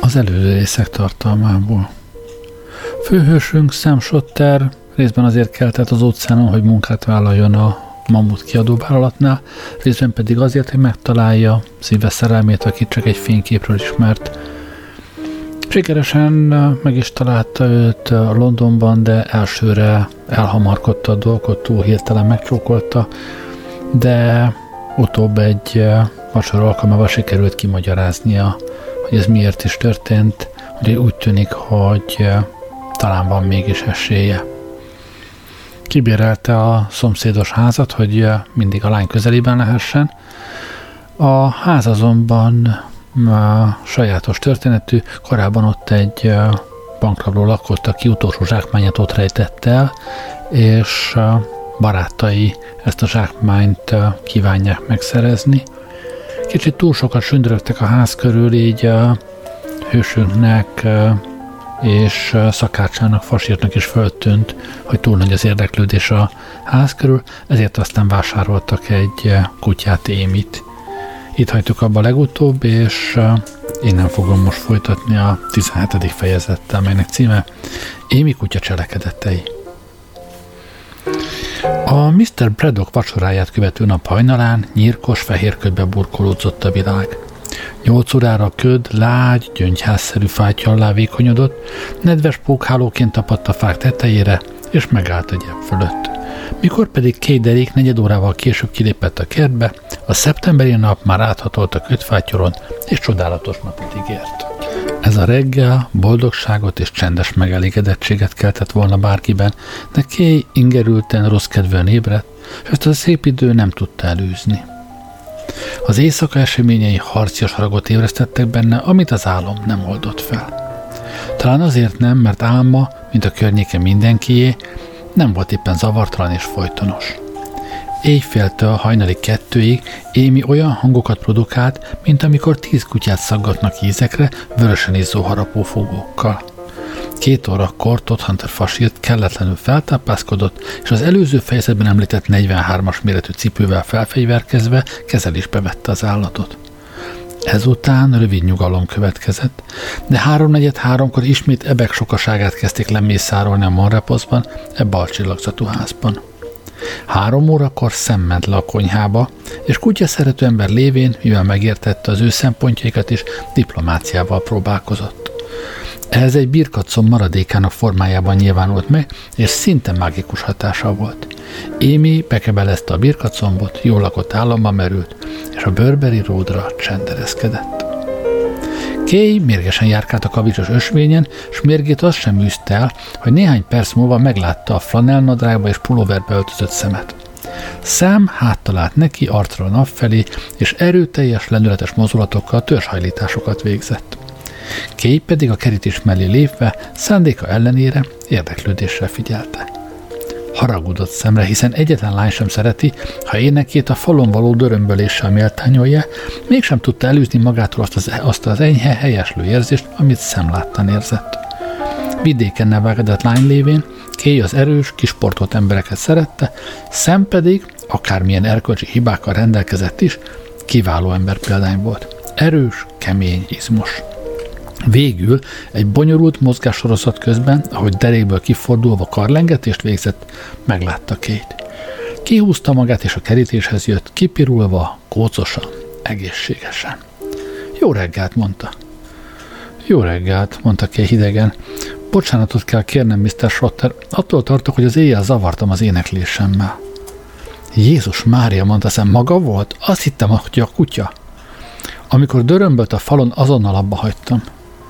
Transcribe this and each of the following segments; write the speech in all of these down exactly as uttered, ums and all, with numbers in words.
az előző részek tartalmából. Főhősünk Sam Schotter részben azért keltett az óceánon, hogy munkát vállaljon a Mammut kiadóvállalatnál, részben pedig azért, hogy megtalálja szíve szerelmét, akit csak egy fényképről ismert. Sikeresen meg is találta őt Londonban, de elsőre elhamarkodta a dolgot, túl hirtelen megcsókolta, de utóbb egy vacsora alkalmával sikerült kimagyaráznia, hogy ez miért is történt, hogy úgy tűnik, hogy talán van mégis esélye. Kibérelte a szomszédos házat, hogy mindig a lány közelében lehessen. A ház azonban sajátos történetű, korábban ott egy bankrabló lakott, aki utolsó zsákmányát ott rejtett el, és barátai ezt a zsákmányt kívánják megszerezni. Kicsit túl sokat sündörögtek a ház körül, így a hősünknek és szakácsának, Fasírtnak is föltűnt, hogy túl nagy az érdeklődés a ház körül, ezért aztán vásároltak egy kutyát, Émit. Itt hagytuk abba legutóbb, és innen fogom most folytatni a tizenhetedik fejezettel, melynek címe Émi kutya cselekedetei. A miszter Braddock vacsoráját követő nap hajnalán nyírkos fehér ködbe burkolódzott a világ. Nyolc órára a köd lágy, gyöngyházszerű fátyjal lávékonyodott, nedves pókhálóként tapadt a fák tetejére, és megállt a gyep fölött. Mikor pedig Kay Derrick negyed órával később kilépett a kertbe, a szeptemberi nap már áthatolt a ködfátyoron, és csodálatos napot ígért. Ez a reggel boldogságot és csendes megelégedettséget keltett volna bárkiben, de Kay ingerülten, rossz kedvűen ébredt, és ezt a szép idő nem tudta elűzni. Az éjszaka eseményei harcias haragot ébresztettek benne, amit az álom nem oldott fel. Talán azért nem, mert álma, mint a környéke mindenkié, nem volt éppen zavartalan és folytonos. Éjféltől hajnali kettőig Émi olyan hangokat produkált, mint amikor tíz kutyát szaggatnak ízekre vörösen izzó harapófogókkal. Két órakor Todd Hunter Fasírt kelletlenül feltápászkodott, és az előző fejezetben említett negyvenhármas méretű cipővel felfegyverkezve kezelésbe vette az állatot. Ezután rövid nyugalom következett, de háromnegyed háromkor ismét ebek sokaságát kezdték lemészárolni a Monreposzban, ebbe a csillagzatú házban. Három órakor Sam ment le a konyhába, és kutya szerető ember lévén, mivel megértette az ő szempontjaikat is, diplomáciával próbálkozott. Ez egy birkacom maradékának formájában nyilvánult meg, és szinte mágikus hatása volt. Émi bekebelezte a birkacombot, jól lakott államban merült, és a Burberry Roadra csendereszkedett. Kay mérgesen járkált a kavicsos ösvényen, s mérgét azt sem űzte el, hogy néhány perc múlva meglátta a flanellnadrágba és pulóverbe öltözött szemet. Sam háttalált neki arcra a nap felé, és erőteljes, lendületes mozdulatokkal törzshajlításokat végzett. Kay pedig a kerítés mellé lépve, szándéka ellenére érdeklődéssel figyelte. Haragudott Samre, hiszen egyetlen lány sem szereti, ha énekét a falon való dörömböléssel méltányolja, mégsem tudta elűzni magától azt az, azt az enyhe, helyeslő érzést, amit Sam láttán érzett. Vidéken nevelkedett lány lévén, Kay az erős, kisportolt embereket szerette, Sam pedig, akármilyen erkölcsi hibákkal rendelkezett is, kiváló emberpéldány volt. Erős, kemény, izmos. Végül egy bonyolult mozgássorozat közben, ahogy derékből kifordulva karlengetést végzett, meglátta Kayt. Kihúzta magát és a kerítéshez jött, kipirulva, kócosan, egészségesen. Jó reggelt, mondta. Jó reggelt, mondta Kay hidegen. Bocsánatot kell kérnem, miszter Schotter, attól tartok, hogy az éjjel zavartam az éneklésemmel. Jézus Mária, mondta Sam, maga volt? Azt hittem, hogy a kutya. Amikor dörömbölt a falon, azonnal abba hagytam.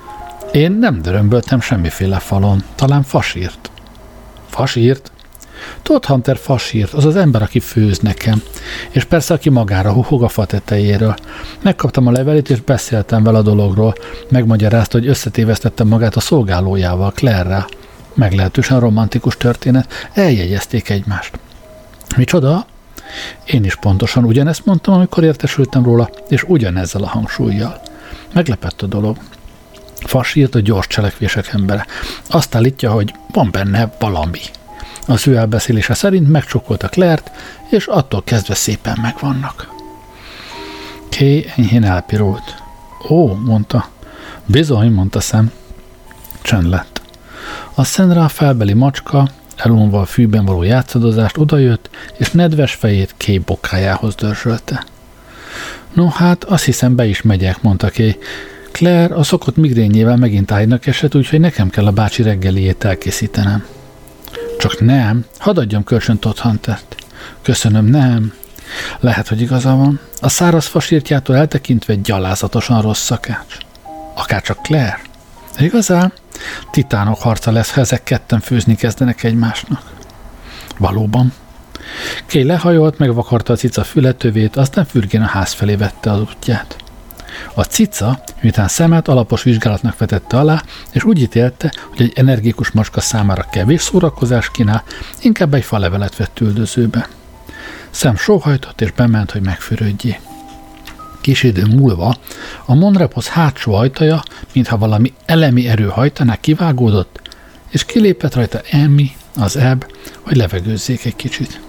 Én nem dörömböltem semmiféle falon, talán Fasírt. Fasírt? Todd Hunter Fasírt, az az ember, aki főz nekem, és persze, aki magára huhog a fa tetejéről. Megkaptam a levelét, és beszéltem vele a dologról. Megmagyarázta, hogy összetévesztettem magát a szolgálójával, Claire-rel. Meglehetősen romantikus történet, eljegyezték egymást. Micsoda? Én is pontosan ugyanezt mondtam, amikor értesültem róla, és ugyanezzel a hangsúlyjal. Meglepett a dolog. Fasírt a gyors cselekvések embere. Azt állítja, hogy van benne valami. Az ő elbeszélése szerint megcsókolta Claire-t, és attól kezdve szépen megvannak. Kay enyhén elpirult. Ó, mondta, Bizony, mondta Sam. Csend lett. A Szenrá felbeli macska, elunva a fűben való játszadozást, odajött, és nedves fejét Kay bokájához dörzsölte. No hát, azt hiszem, be is megyek, mondta Kay. Claire a szokott migrényével megint ágynak esett, úgyhogy nekem kell a bácsi reggeliét elkészítenem. Csak nem, hadd adjam kölcsön Todd Huntert. Köszönöm, nem. Lehet, hogy igaza van. A száraz fasírtjától eltekintve gyalázatosan rossz szakács. Akárcsak Claire. Igazán? Titánok harca lesz, ha ezek ketten főzni kezdenek egymásnak. Valóban. Kay lehajolt, megvakarta a cica fületövét, aztán fürgén a ház felé vette az útját. A cica, miután szemet alapos vizsgálatnak vetette alá, és úgy ítélte, hogy egy energikus macska számára kevés szórakozás kínál, inkább egy falevelet vett üldözőbe. Sam sóhajtott és bement, hogy megfürödjék. Kis idő múlva a Monreposz hátsó ajtaja, mintha valami elemi erő hajtaná, kivágódott, és kilépett rajta Amy, az Ebb, hogy levegőzzék egy kicsit.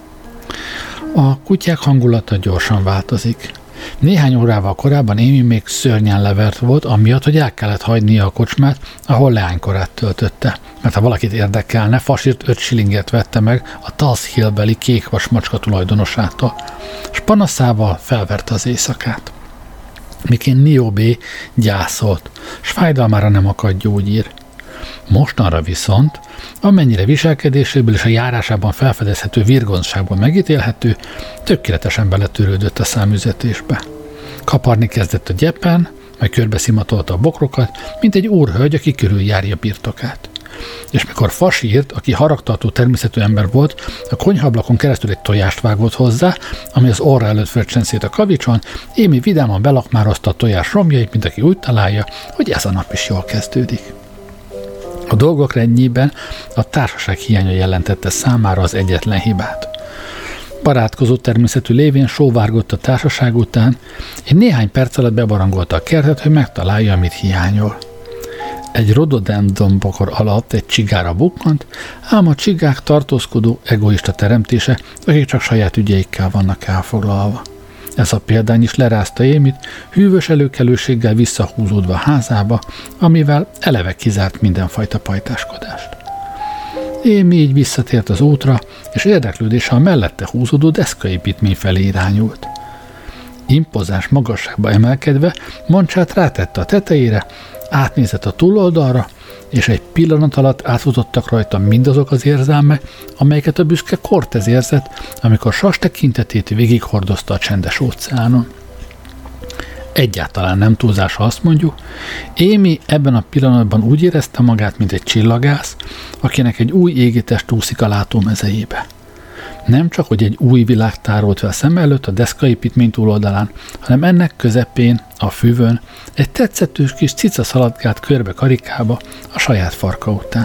A kutyák hangulata gyorsan változik. Néhány órával korábban Amy még szörnyen levert volt, amiatt, hogy el kellett hagynia a kocsmát, ahol leánykorát töltötte. Mert ha valakit érdekelne, fasírt öt shillinget vette meg a Tulse Hill-beli kékvas macska tulajdonosától, s panaszával felverte az éjszakát. Miként Niobé gyászolt, s fájdalmára nem akadt gyógyír. Mostanra viszont, amennyire viselkedéséből és a járásában felfedezhető virgonságból megítélhető, tökéletesen beletörődött a számüzetésbe. Kaparni kezdett a gyepen, majd körbeszimatolta a bokrokat, mint egy úrhölgy, aki körüljárja birtokát. És mikor fasírt, aki haragtartó természetű ember volt, a konyhablakon keresztül egy tojást vágott hozzá, ami az orra előtt fröccsen szét a kavicson, Amy vidáman belakmározta a tojás romjait, mint aki úgy találja, hogy ez a nap is jól kezdődik. A dolgok rendjében a társaság hiánya jelentette számára az egyetlen hibát. Barátkozó természetű lévén sóvárgott a társaság után, és néhány perc alatt bebarangolta a kertet, hogy megtalálja, amit hiányol. Egy rododendron bokor alatt egy csigára bukkant, ám a csigák tartózkodó, egoista teremtése, akik csak saját ügyeikkel vannak elfoglalva. Ez a példány is lerázta Amyt, hűvös előkelőséggel visszahúzódva a házába, amivel eleve kizárt mindenfajta pajtáskodást. Amy így visszatért az útra, és érdeklődése a mellette húzódó deszkaépítmény felé irányult. Impozáns magasságba emelkedve, mancsát rátette a tetejére, átnézett a túloldalra, és egy pillanat alatt átfutottak rajta mindazok az érzelmek, amelyeket a büszke Cortez érzett, amikor sas tekintetét végighordozta a csendes óceánon. Egyáltalán nem túlzás, ha azt mondjuk, Amy ebben a pillanatban úgy érezte magát, mint egy csillagász, akinek egy új égitest úszik a látómezejébe. Nem csak, hogy egy új világ tárolt fel szem előtt a deszkaépítmény túloldalán, hanem ennek közepén, a füvön, egy tetszetős kis cica szaladgált körbe karikába a saját farka után.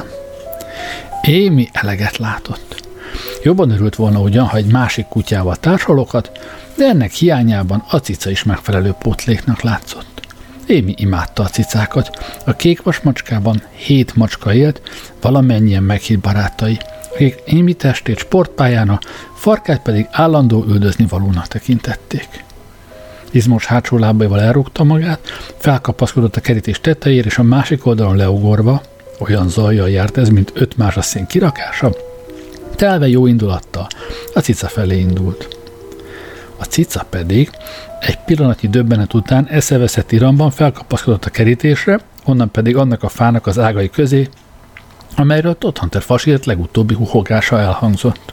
Amy eleget látott. Jobban örült volna ugyan, ha egy másik kutyával társalokat, de ennek hiányában a cica is megfelelő pótléknak látszott. Amy imádta a cicákat. A kékvas macskában hét macska élt, valamennyien meghitt barátai, akik Amy testét sportpályára, farkát pedig állandó üldözni valónak tekintették. Izmos hátsó lábaival elrúgta magát, felkapaszkodott a kerítés tetejére, és a másik oldalon leugorva, olyan zajjal járt ez, mint öt más a szén kirakása, telve jó indulattal a cica felé indult. A cica pedig egy pillanatnyi döbbenet után eszeveszett iramban felkapaszkodott a kerítésre, onnan pedig annak a fának az ágai közé, amelyről Todd Hunter fasírt legutóbbi huhogása elhangzott.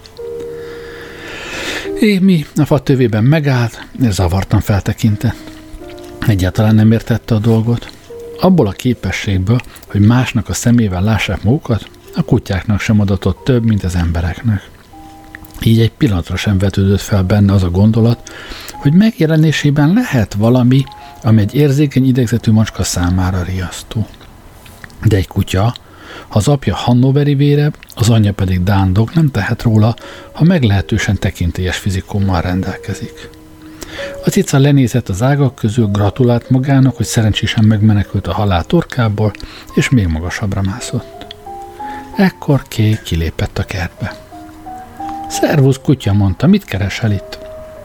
Amy a fa tövében megállt, és zavartan feltekintett. Egyáltalán nem értette a dolgot. Abból a képességből, hogy másnak a szemével lássák magukat, a kutyáknak sem adatott több, mint az embereknek. Így egy pillanatra sem vetődött fel benne az a gondolat, hogy megjelenésében lehet valami, ami egy érzékeny idegzetű macska számára riasztó. De egy kutya, ha az apja hannoveri vérebb, az anyja pedig dándog, nem tehet róla, ha meglehetősen tekintélyes fizikummal rendelkezik. A cica lenézett az ágak közül, gratulált magának, hogy szerencsésen megmenekült a halál torkából, és még magasabbra mászott. Ekkor Kay kilépett a kertbe. Szervusz, kutya, mondta, mit keresel itt?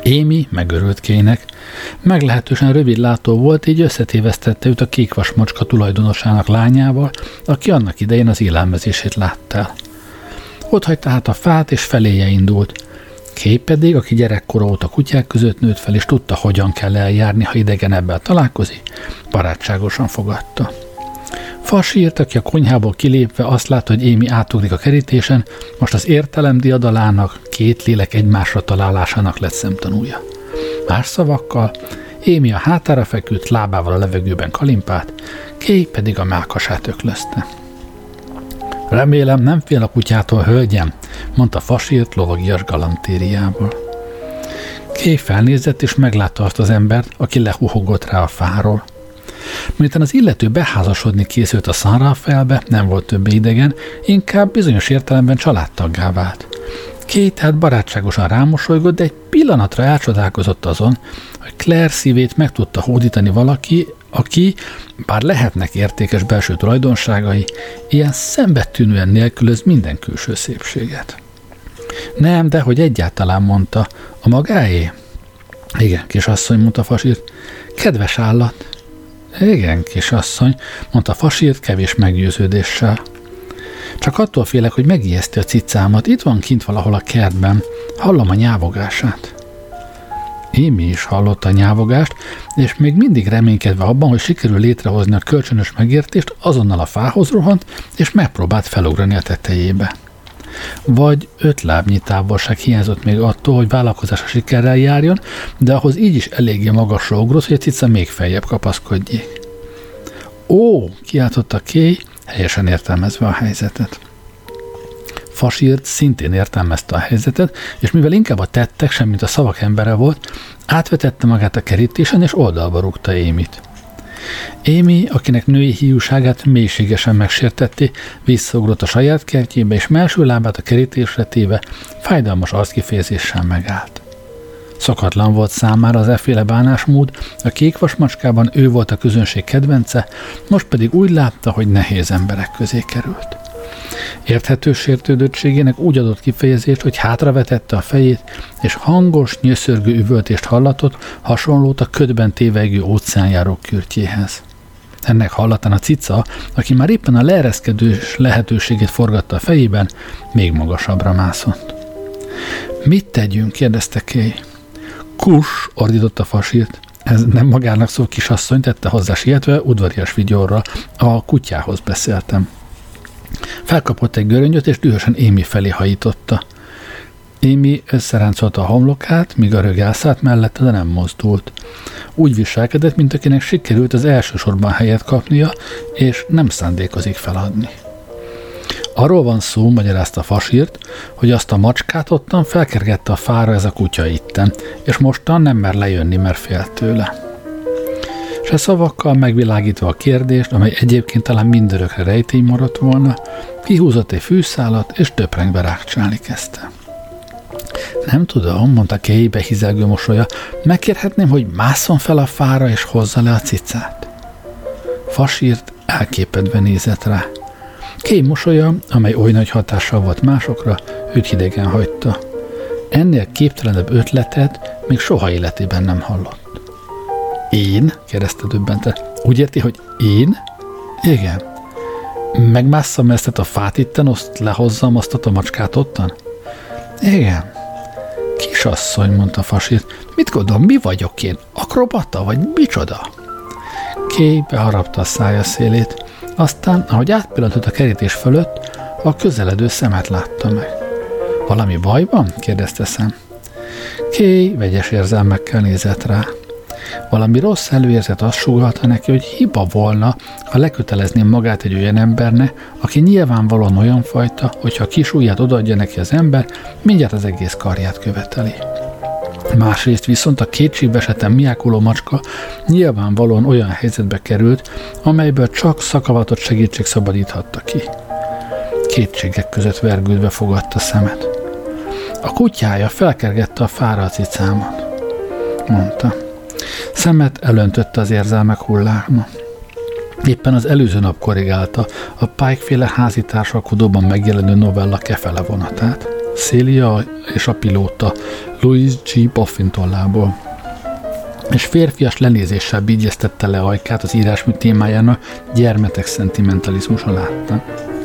Amy megörült Kaynek. Meglehetősen rövidlátó volt, így összetévesztette őt a kékvas macska tulajdonosának lányával, aki annak idején az élelmezését látta el. Otthagyta hát a fát, és feléje indult. Kay pedig, aki gyerekkora óta kutyák között nőtt fel, és tudta, hogyan kell eljárni, ha idegen ebből találkozik, barátságosan fogadta. Fasírt, aki a konyhából kilépve azt látta, hogy Amy átugrik a kerítésen, most az értelem diadalának, két lélek egymásra találásának lett szemtanúja. Más szavakkal, Amy a hátára feküdt, lábával a levegőben kalimpált, Kay pedig a mellkasát öklözte. Remélem, nem fél a kutyától, hölgyem, mondta Fasírt lovagias galantériából. Kay felnézett, és meglátta azt az embert, aki lehuhogott rá a fáról. Miután az illető beházasodni készült a San Rafaelbe, nem volt több idegen, inkább bizonyos értelemben családtaggá vált. Kay tehát barátságosan rámosolygott, de egy pillanatra elcsodálkozott azon, hogy Claire szívét meg tudta hódítani valaki, aki, bár lehetnek értékes belső tulajdonságai, ilyen szembetűnően nélkülöz minden külső szépséget. Nem, de hogy egyáltalán, mondta, a magáé? Igen, kisasszony, mondta Fasírt. Kedves állat. Igen, kisasszony, mondta Fasírt kevés meggyőződéssel. Csak attól félek, hogy megijeszti a cicámat. Itt van kint valahol a kertben. Hallom a nyávogását. Amy is hallotta a nyávogást, és még mindig reménykedve abban, hogy sikerül létrehozni a kölcsönös megértést, azonnal a fához rohant, és megpróbált felugrani a tetejébe. Vagy öt lábnyi távolság hiányzott még attól, hogy vállalkozása sikerrel járjon, de ahhoz így is eléggé magasra ugrott, hogy a cica még feljebb kapaszkodjék. Ó, kiáltotta Kay, helyesen értelmezve a helyzetet. Fasírt szintén értelmezte a helyzetet, és mivel inkább a tettek, semmint a szavak embere volt, átvetette magát a kerítésen, és oldalba rúgta Amy-t. Amy, akinek női hiúságát mélységesen megsértetté, visszaugrott a saját kertjébe, és melső lábát a kerítésre téve fájdalmas arckifejezéssel megállt. Szokatlan volt számára az efféle bánásmód, a kékvas macskában ő volt a közönség kedvence, most pedig úgy látta, hogy nehéz emberek közé került. Érthető sértődöttségének úgy adott kifejezést, hogy hátravetette a fejét, és hangos, nyöszörgő üvöltést hallatott, hasonlót a ködben tévegő óceánjárók kürtjéhez. Ennek hallatán a cica, aki már éppen a leereszkedős lehetőségét forgatta a fejében, még magasabbra mászott. Mit tegyünk? kérdezte Kay. Kus, ordította Fasírt. Ez nem magának szó, kisasszony, tette hozzá sietve, udvarias vigyorra. A kutyához beszéltem. Felkapott egy göröngyöt, és dühösen Amy felé hajította. Amy összeráncolta a homlokát, míg a rög elszállt mellette, de nem mozdult. Úgy viselkedett, mint akinek sikerült az első sorban helyet kapnia, és nem szándékozik feladni. Arról van szó, magyarázta Fasírt, hogy azt a macskát ottan felkergette a fára ez a kutya itten, és mostan nem mer lejönni, mert fél tőle. Se szavakkal megvilágítva a kérdést, amely egyébként talán mindörökre rejtély maradt volna, kihúzott egy fűszálat, és töprengve rákcsálni kezdte. Nem tudom, mondta Kay behizelgő mosolya, megkérhetném, hogy másszon fel a fára, és hozza le a cicát. Fasírt elképedve nézett rá. Kay mosolya, amely oly nagy hatással volt másokra, őt hidegen hagyta. Ennél képtelenebb ötletet még soha életében nem hallott. Én? kérdezte döbbente. Úgy érti, hogy én? Igen. Megmásszam ezt a fát itten, azt lehozzam azt a macskát ottan? Igen. Kisasszony, mondta Fasírt. Mit gondol, mi vagyok én? Akrobata, vagy micsoda? Kay beharapta a szája szélét. Aztán, ahogy átpillantott a kerítés fölött, a közeledő szemet látta meg. Valami baj van? kérdezte szem. Kay vegyes érzelmekkel nézett rá. Valami rossz előérzet azt sugallta neki, hogy hiba volna, ha lekötelezném magát egy olyan emberne, aki nyilvánvalóan olyan fajta, hogyha a kis ujját odaadja neki az ember, mindjárt az egész karját követeli. Másrészt viszont a kétségbeesetten miákuló macska nyilvánvalóan olyan helyzetbe került, amelyből csak szakavatott segítség szabadíthatta ki. Kétségek között vergődve fogadta szemet. A kutyája felkergette a fára a cicámat, mondta. Szemet elöntötte az érzelmek hulláma. Éppen az előző nap korrigálta a Pike-féle házitársalkodóban megjelenő novella kefele vonatát. Celia és a pilóta, Louis G. Boffin tollából. És férfias lenézéssel bígyeztette le ajkát az írásmű témájának gyermetek szentimentalizmusa látta.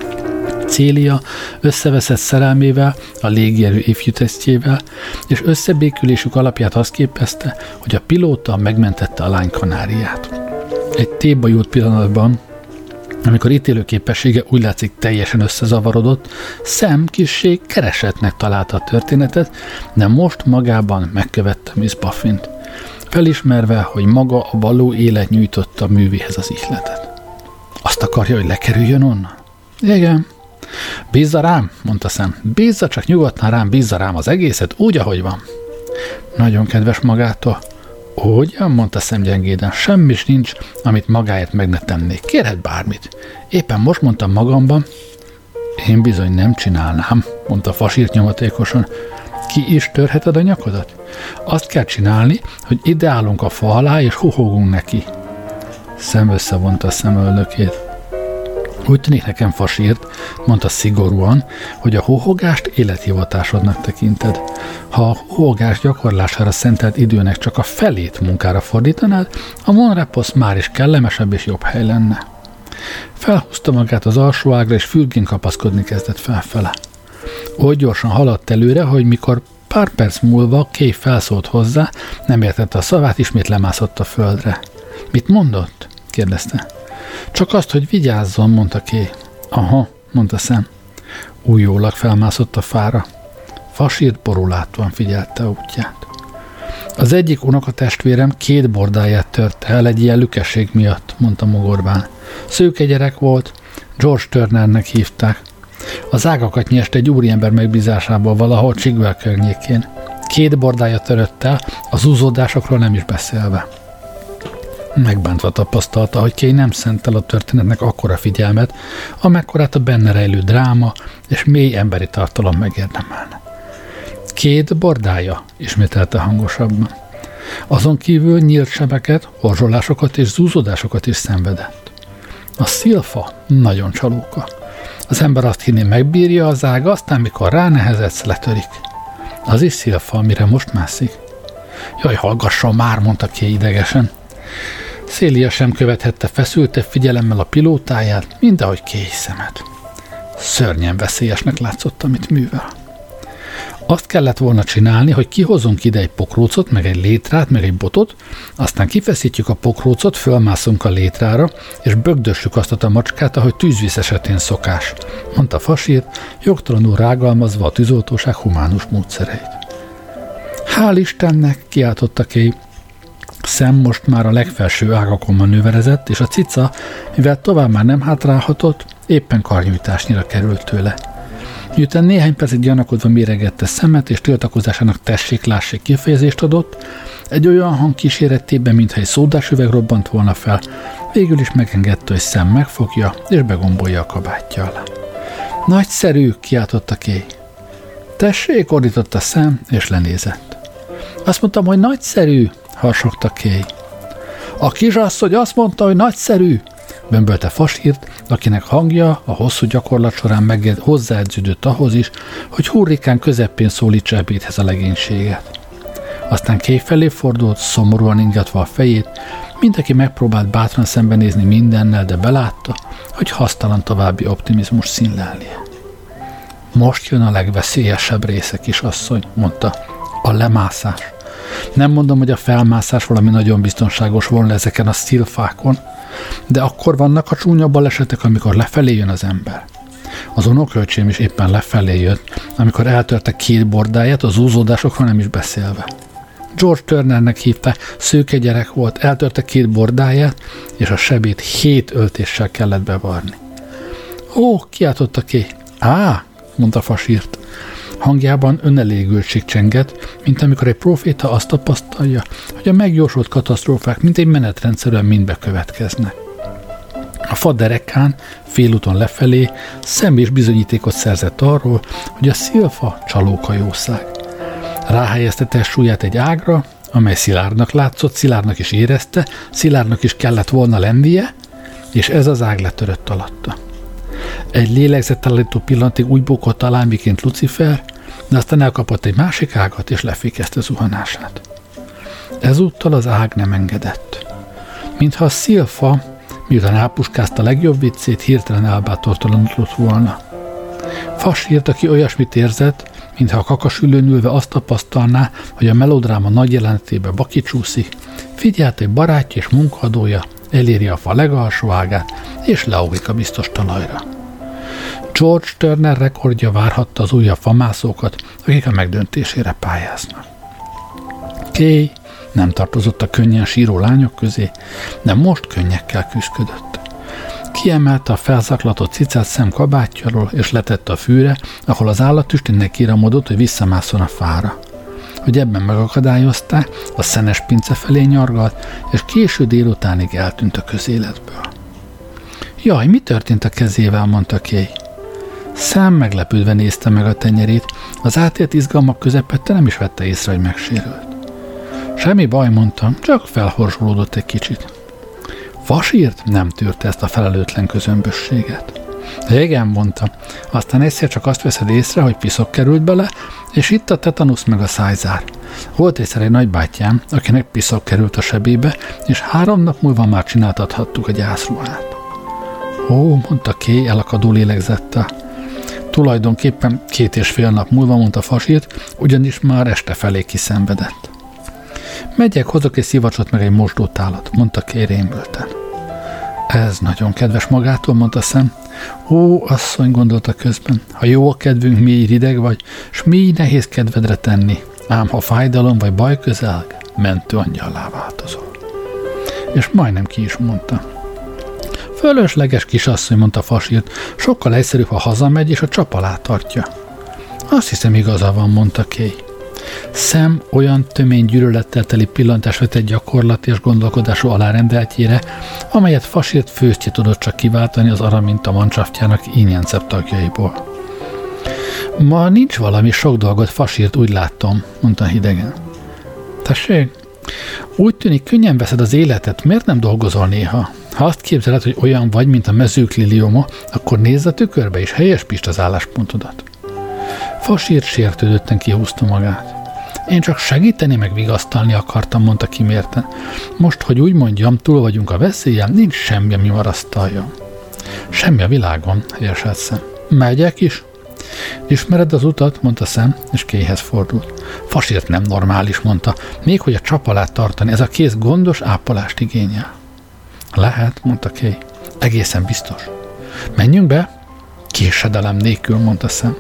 Celia összeveszett szerelmével, a légierő ifjú tesztjével, és összebékülésük alapját azt képezte, hogy a pilóta megmentette a lány kanáriát. Egy téba jut pillanatban, amikor ítélőképessége úgy látszik teljesen összezavarodott, Sam kissé keresetnek találta a történetet, de most magában megkövette Miss Buffint, felismerve, hogy maga a való élet nyújtotta művéhez az ihletet. Azt akarja, hogy lekerüljön onnan? Igen. Bízza rám, mondta Sam. Bízza csak nyugodtan rám, bízza rám az egészet, úgy, ahogy van. Nagyon kedves magától. Ugyan, mondta Sam gyengéden, semmi nincs, amit magáért meg ne tennék. Kérhet bármit. Éppen most mondtam magamban. Én bizony nem csinálnám, mondta Fasírt nyomatékosan. Ki is törheted a nyakadat? Azt kell csinálni, hogy ide állunk a fa alá, és huhogunk neki. Sam összevonta a szemöldökét. Úgy tűnik nekem, Fasírt, mondta szigorúan, hogy a huhogást élethivatásodnak tekinted. Ha a huhogás gyakorlására szentelt időnek csak a felét munkára fordítanád, a Monreposz már is kellemesebb és jobb hely lenne. Felhúzta magát az alsó ágra, és fürgén kapaszkodni kezdett felfele. Oly gyorsan haladt előre, hogy mikor pár perc múlva Kay felszólt hozzá, nem értette a szavát, ismét lemászott a földre. Mit mondott? kérdezte. Csak azt, hogy vigyázzon, mondta Kay. Aha, mondta Sam. Újólag felmászott a fára. Fasírt borulátóan figyelte útját. Az egyik unokatestvérem két bordáját törte el egy ilyen lükesség miatt, mondta mogorbán. Szőke gyerek volt, George Turnernek hívták. Az ágakat nyest egy úriember megbízásából valahol Chigwell környékén. Két bordája törött el, az úzódásokról nem is beszélve. Megbántva tapasztalta, hogy Kay nem szentel a történetnek akkora figyelmet, amekkorát a benne rejlő dráma és mély emberi tartalom megérdemelne. Két bordája, ismételte hangosabban. Azon kívül nyílt sebeket, horzsolásokat és zúzódásokat is szenvedett. A szilfa nagyon csalóka. Az ember azt hinné, megbírja az ága, aztán mikor ránehezedsz, letörik. Az is szilfa, amire most mászik. Jaj, hallgasson már, mondta Kay idegesen. Celia sem követhette feszültebb figyelemmel a pilótáját, mint ahogy Kay szemet. Szörnyen veszélyesnek látszott, amit művel. Azt kellett volna csinálni, hogy kihozunk ide egy pokrócot, meg egy létrát, meg egy botot, aztán kifeszítjük a pokrócot, fölmászunk a létrára, és bögdössük azt a macskát, ahogy tűzvíz esetén szokás, mondta Fasírt, jogtalanul rágalmazva a tűzoltóság humánus módszereit. Hál' Istennek, kiáltotta Kay. Sam most már a legfelső ágakon manőverezett, és a cica, mivel tovább már nem hátrálhatott, éppen karnyújtásnyira került tőle. Miután néhány percig gyanakodva méregette szemet, és tiltakozásának tessék-lássék kifejezést adott, egy olyan hang kíséretében, mintha egy szódásüveg robbant volna fel, végül is megengedte, hogy Sam megfogja, és begombolja a kabátja alá. Nagyszerű, kiáltotta Kay. Tessék, ordította Sam, és lenézett. Azt mondtam, hogy nagyszerű, harsogta Kay. A kisasszony azt mondta, hogy nagyszerű, bömbölte Fasírt, akinek hangja a hosszú gyakorlat során meg hozzáedződött ahhoz is, hogy hurrikán közepén szólítsa ebédhez a legénységet. Aztán Kay felé fordult, szomorúan ingatva a fejét, mint aki megpróbált bátran szembenézni mindennel, de belátta, hogy hasztalan további optimizmus színlelnie. Most jön a legveszélyesebb része, kisasszony, mondta, a lemászás. Nem mondom, hogy a felmászás valami nagyon biztonságos volna ezeken a szilfákon, de akkor vannak a csúnya balesetek, amikor lefelé jön az ember. Az unokölcsém is éppen lefelé jött, amikor eltörte két bordáját, az úzódásokról nem is beszélve. George Turnernek hívták, szőke gyerek volt, eltörte két bordáját, és a sebét hét öltéssel kellett bevarni. Ó, kiáltotta Kay. Á, mondta Fasírt. Hangjában önelégültség csengett, mint amikor egy proféta azt tapasztalja, hogy a megjósolt katasztrófák mint egy menetrendszerűen mind bekövetkeznek. A fa derekán, félúton lefelé Sam is bizonyítékot szerzett arról, hogy a szilfa csalóka jószág. Ráhelyeztette súlyát egy ágra, amely szilárdnak látszott, szilárdnak is érezte, szilárdnak is kellett volna lennie, és ez az ág letörött alatta. Egy lélegzetállító pillanatig úgy bukott alá, miként Lucifer, de aztán elkapott egy másik ágat, és lefékezte zuhanását. Ezúttal az ág nem engedett. Mintha a szilfa, miután elpuskázta a legjobb viccét, hirtelen elbátortalanodott volna. Fasírt, aki olyasmit érzett, mintha a kakasülőn ülve azt tapasztalná, hogy a melodráma nagy jelenetébe bakicsúszik, figyelt, hogy barátja és munkaadója eléri a fa legalsó ágát, és leugrik a biztos talajra. George Turner rekordja várhatta az újabb famászókat, akik a megdöntésére pályáznak. Kay nem tartozott a könnyen síró lányok közé, de most könnyekkel küszködött. Kiemelte a felzaklatott cicát szem kabátjáról, és letette a fűre, ahol az állattüsténnek kiramodott, hogy visszamászon a fára. Hogy ebben megakadályozták, a szenes pince felé nyargalt, és késő délutánig eltűnt a közéletből. Jaj, mi történt a kezével, mondta Kay. Sam meglepődve nézte meg a tenyerét, az átélt izgalmak közepette nem is vette észre, hogy megsérült. Semmi baj, mondta, csak felhorzsolódott egy kicsit. Fasírt nem tűrte ezt a felelőtlen közömbösséget. Igen, mondta, aztán egyszer csak azt veszed észre, hogy piszok került bele, és itt a tetanusz meg a szájzár. Volt egyszer egy nagybátyám, akinek piszok került a sebébe, és három nap múlva már csináltathattuk a gyászruhát. Ó, mondta Kay elakadó lélegzettel. Tulajdonképpen két és fél nap múlva, mondta Fasírt, ugyanis már este felé kiszenvedett. Megyek, hozok egy szivacsot meg egy mosdótálat, mondta Kay rémülten. Ez nagyon kedves magától, mondta Sam. Ó, asszony, gondolta közben, ha jó a kedvünk, mi így rideg vagy, s mi így nehéz kedvedre tenni, ám ha fájdalom vagy baj közelg, mentő angyallá változol. És majdnem ki is mondta. Fölösleges kisasszony, mondta Fasírt, sokkal egyszerűbb, ha hazamegy és a csap alá tartja. Azt hiszem, igaza van, mondta Kay. Sam olyan tömény gyűlölettel teli pillantást vetett gyakorlati és gondolkodású alárendeltjére, amelyet Fasírt főztje tudott csak kiváltani az Araminta mancsafjának ínyencebb tagjaiból. Ma nincs valami sok dolgot, Fasírt, úgy láttam, mondta hidegen. Tessék? Úgy tűnik, könnyen veszed az életet, miért nem dolgozol néha? Ha azt képzeled, hogy olyan vagy, mint a mezők lilioma, akkor nézz a tükörbe és helyesbítsd az álláspontodat. Fasírt sértődötten kihúzta magát. Én csak segíteni meg vigasztalni akartam, mondta kimérten. Most, hogy úgy mondjam, túl vagyunk a veszélyen, nincs semmi, ami marasztaljon. Semmi a világon, helyeselt Sam. Megyek is? Ismered az utat, mondta Sam, és Kayhez fordult. Fasírt nem normális, mondta, még hogy a csap alá tartani, ez a kéz gondos ápolást igényel. Lehet, mondta Kay. Egészen biztos. Menjünk be? Késedelem nélkül, mondta Sam.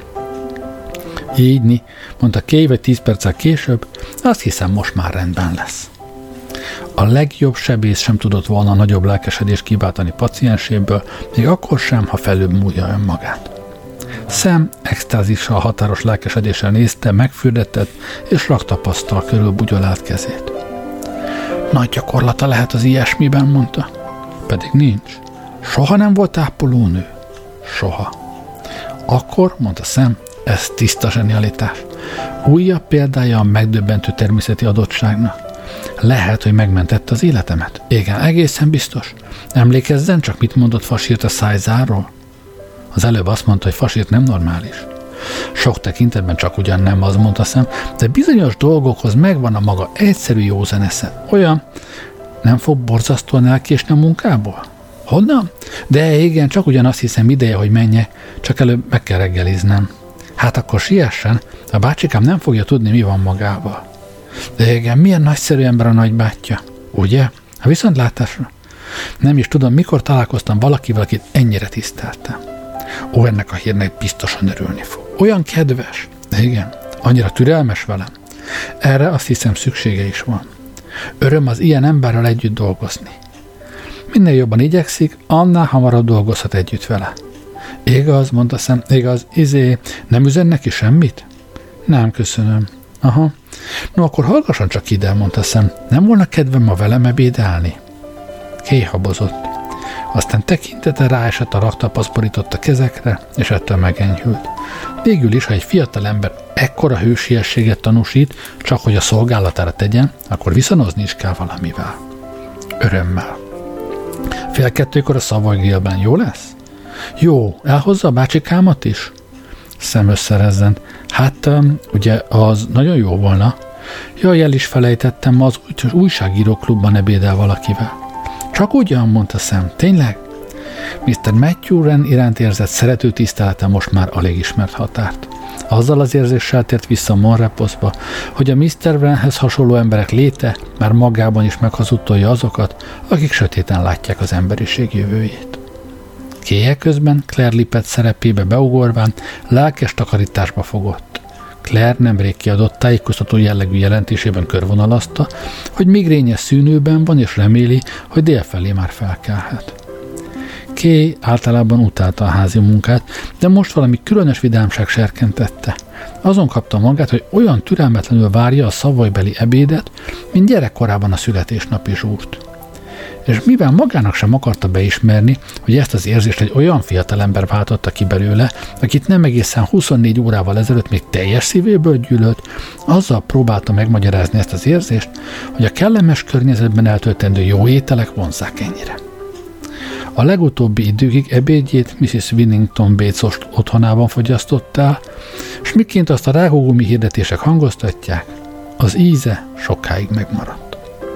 Így, mondta Kay, vagy tíz perccel később, azt hiszem, most már rendben lesz. A legjobb sebész sem tudott volna nagyobb lelkesedést kiváltani pacienséből, még akkor sem, ha felőbb múlja önmagát. Sam extázissal határos lelkesedéssel nézte, megfürdetett, és raktapasztal körül bugyolált kezét. Nagy gyakorlata lehet az ilyesmiben, mondta. Pedig nincs. Soha nem volt ápolónő. Soha. Akkor, mondta Sam, ez tiszta zsenialitás. Újabb példája a megdöbbentő természeti adottságnak. Lehet, hogy megmentette az életemet. Igen, egészen biztos. Emlékezzen csak, mit mondott Fasírt a szájzárról? Az előbb azt mondta, hogy Fasírt nem normális. Sok tekintetben csak ugyan nem, az mondta Sam, de bizonyos dolgokhoz megvan a maga egyszerű józan esze. Olyan, nem fog borzasztóan elkésni a munkából? Honnan? De igen, csak ugyan azt hiszem ideje, hogy menjek, csak előbb meg kell reggeliznem. Hát akkor siessen, a bácsikám nem fogja tudni, mi van magával. De igen, milyen nagyszerű ember a nagybátyja, ugye? Ha viszontlátásra. Nem is tudom, mikor találkoztam valakivel, akit ennyire tiszteltem. Ó, ennek a hírnek biztosan örülni fog. Olyan kedves. Igen, annyira türelmes velem. Erre azt hiszem szüksége is van. Öröm az ilyen emberrel együtt dolgozni. Minél jobban igyekszik, annál hamarabb dolgozhat együtt vele. Igaz, mondta Sam, igaz, izé, nem üzen neki semmit? Nem, köszönöm. Aha. No, akkor hallgasson csak ide, mondta Sam. Nem volna kedvem ma velem ebédelni? Kay habozott. Aztán tekintete ráesett a raktapasz borított a kezekre, és ettől megenyhült. Végül is, ha egy fiatal ember ekkora hősiességet tanúsít, csak hogy a szolgálatára tegyen, akkor viszonozni is kell valamivel. Örömmel. Fél kettőkor a Savoy Grillben jó lesz? Jó, elhozza a bácsikámat is? Sam összerezzent. Hát, um, ugye az nagyon jó volna. Jaj, el is felejtettem, ma az újságíró klubban ebédel valakivel. Csak ugyan, mondta Sam. Tényleg? miszter Matthew Wren iránt érzett szerető tisztelete most már alig ismert határt. Azzal az érzéssel tért vissza Monreposba, hogy a miszter Wrenhez hasonló emberek léte már magában is meghazudtolja azokat, akik sötéten látják az emberiség jövőjét. Kéje közben Claire Lippett szerepébe beugorván lelkes takarításba fogott. Claire nemrég kiadott tájékoztató jellegű jelentésében körvonalazta, hogy migrénye szűnőben van és reméli, hogy délfelé már felkelhet. Kay általában utálta a házi munkát, de most valami különös vidámság serkentette. Azon kapta magát, hogy olyan türelmetlenül várja a szavoybeli ebédet, mint gyerekkorában a születésnapi zsúrt. És mivel magának sem akarta beismerni, hogy ezt az érzést egy olyan fiatalember váltotta ki belőle, akit nem egészen huszonnégy órával ezelőtt még teljes szívéből gyűlölt, azzal próbálta megmagyarázni ezt az érzést, hogy a kellemes környezetben eltöltendő jó ételek vonzzák ennyire. A legutóbbi időkig ebédjét missziz Winnington Bates otthonában fogyasztotta el, s miként azt a rágógumi hirdetések hangoztatják, az íze sokáig megmaradt.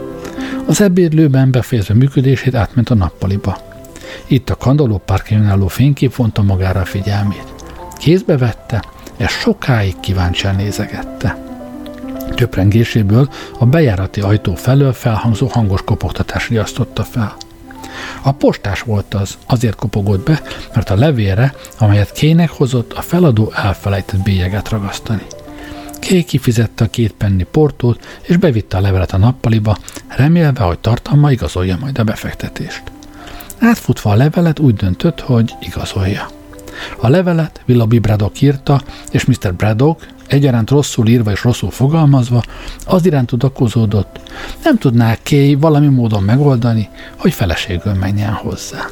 Az ebédlőben befejezve működését átment a nappaliba. Itt a Kandalló parkján álló fénykép vonta magára a figyelmét. Kézbe vette, és sokáig kíváncsian nézegette. Töprengéséből a bejárati ajtó felől felhangzó hangos kopogtatás riasztotta fel. A postás volt az, azért kopogott be, mert a levélre, amelyet Kaynek hozott, a feladó elfelejtett bélyeget ragasztani. Kay kifizette a két penny portót, és bevitte a levelet a nappaliba, remélve, hogy tartalma igazolja majd a befektetést. Átfutva a levelet úgy döntött, hogy igazolja. A levelet Willoughby Braddock írta, és miszter Braddock, egyaránt rosszul írva és rosszul fogalmazva, az iránt tudakozódott, nem tudná Kay valami módon megoldani, hogy feleségül menjen hozzá.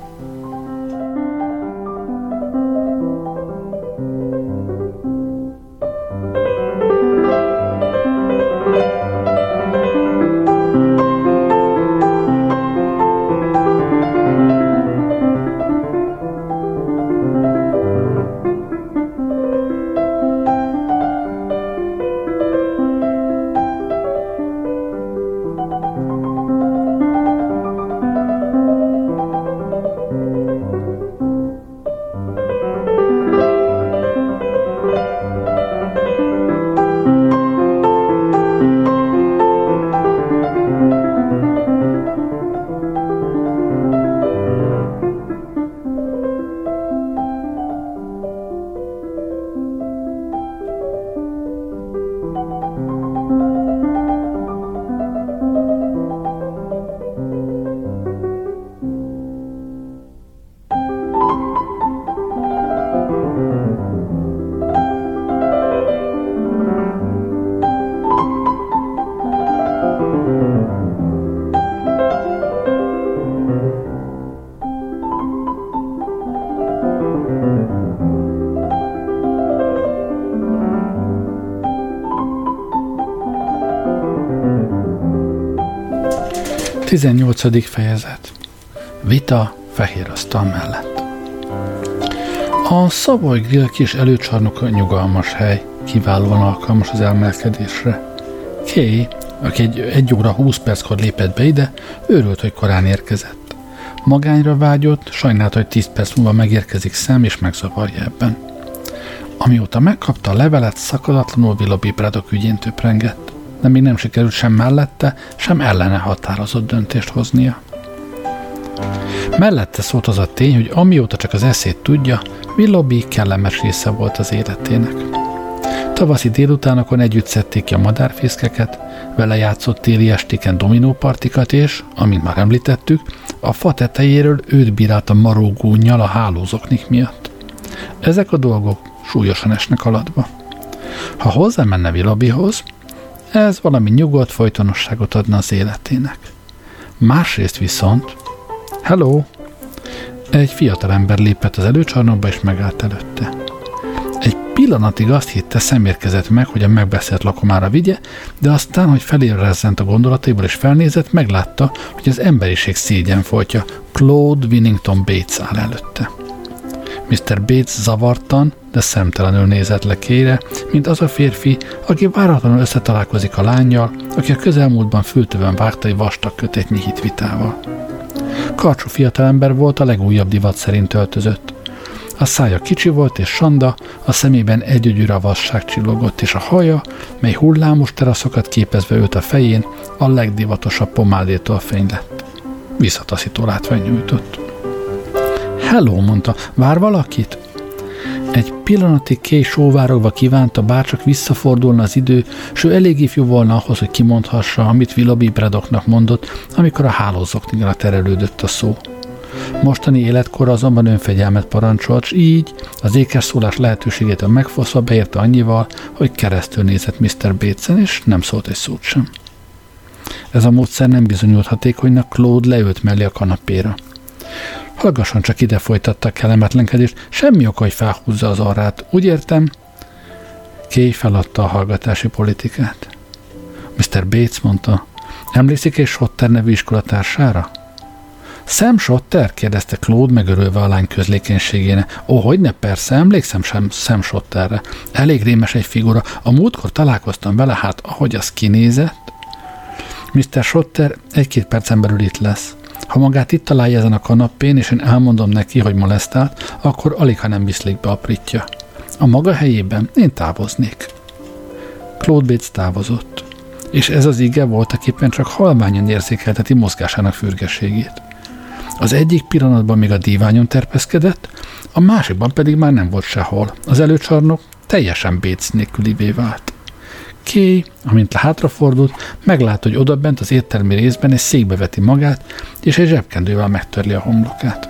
tizennyolcadik fejezet. Vita fehér asztal mellett. A Savoy Grill kis előcsarnoka nyugalmas hely, kiválóan alkalmas az elmélkedésre. Kay, aki egy, egy óra húsz perckor lépett be ide, őrült, hogy korán érkezett. Magányra vágyott, sajnálta, hogy tíz perc múlva megérkezik Sam, és megzavarja ebben. Amióta megkapta a levelet, szakadatlanul Willoughby Braddock ügyén töprengett, de még nem sikerült sem mellette, sem ellene határozott döntést hoznia. Mellette szólt az a tény, hogy amióta csak az eszét tudja, Willoughby kellemes része volt az életének. Tavaszi délutánokon együtt szedték ki a madárfészkeket, vele játszott téli estéken dominópartikat, és, amint már említettük, a fa tetejéről őt bírálta marógó nyal a hálózoknik miatt. Ezek a dolgok súlyosan esnek alatba. Ha hozzámenne Willoughbyhoz, ez valami nyugodt folytonosságot adna az életének. Másrészt viszont, hello! Egy fiatal ember lépett az előcsarnokba, és megállt előtte. Egy pillanatig azt hitte, szemérkezett meg, hogy a megbeszélt lakomára vigye, de aztán, hogy felérezzent a gondolataiból és felnézett, meglátta, hogy az emberiség szégyenfoltja, Claude Winnington Bates áll előtte. miszter Bates zavartan, de szemtelenül nézett le Kayre, mint az a férfi, aki váratlanul összetalálkozik a lánnyal, aki a közelmúltban fültőben vágta egy vastag kötétnyi hitvitával. Karcsú fiatalember volt, a legújabb divat szerint öltözött. A szája kicsi volt és sanda, a szemében együgyű ravasság csillogott, és a haja, mely hullámos teraszokat képezve őt a fején, a legdivatosabb pomádétól fény lett. Visszataszító látvány nyújtott. Hello, mondta, vár valakit? Egy pillanatig Kay sóvárogva kívánta, bárcsak visszafordulna az idő, s ő elég ifjú volna ahhoz, hogy kimondhassa, amit Willoughby Braddocknak mondott, amikor a hálózoknigra terelődött a szó. Mostani életkor azonban önfegyelmet parancsolt, s így az ékes szólás lehetőségétől megfoszva beérte annyival, hogy keresztül nézett miszter Batesen, és nem szólt egy szót sem. Ez a módszer nem bizonyult hatékonynak, Claude leült mellé a kanapéra. Hallgasson csak, ide, folytatta a kellemetlenkedést, semmi oka, hogy felhúzza az arrát. Úgy értem? Kay feladta a hallgatási politikát. miszter Bates, mondta, emlékszik egy Shotter nevű iskolatársára? Sam Shotter? Kérdezte Claude, megörülve a lány közlékenységének. Ó, hogyne, persze, emlékszem sem Sam Shotterre. Elég rémes egy figura. A múltkor találkoztam vele, hát ahogy az kinézett. miszter Shotter egy-két percen belül itt lesz. Ha magát itt találja ezen a kanapén, és én elmondom neki, hogy molesztált, akkor alig, ha nem viszlik be aprítja. A maga helyében én távoznék. Claude Bates távozott, és ez az ige voltaképpen csak halványan érzékelteti mozgásának fürgességét. Az egyik pillanatban még a díványon terpeszkedett, a másikban pedig már nem volt sehol. Az előcsarnok teljesen Bates nélkülivé vált. Kay, amint hátrafordult, meglátta, hogy odabent az éttermi részben egy székbe veti magát, és egy zsebkendővel megtörli a homlokát.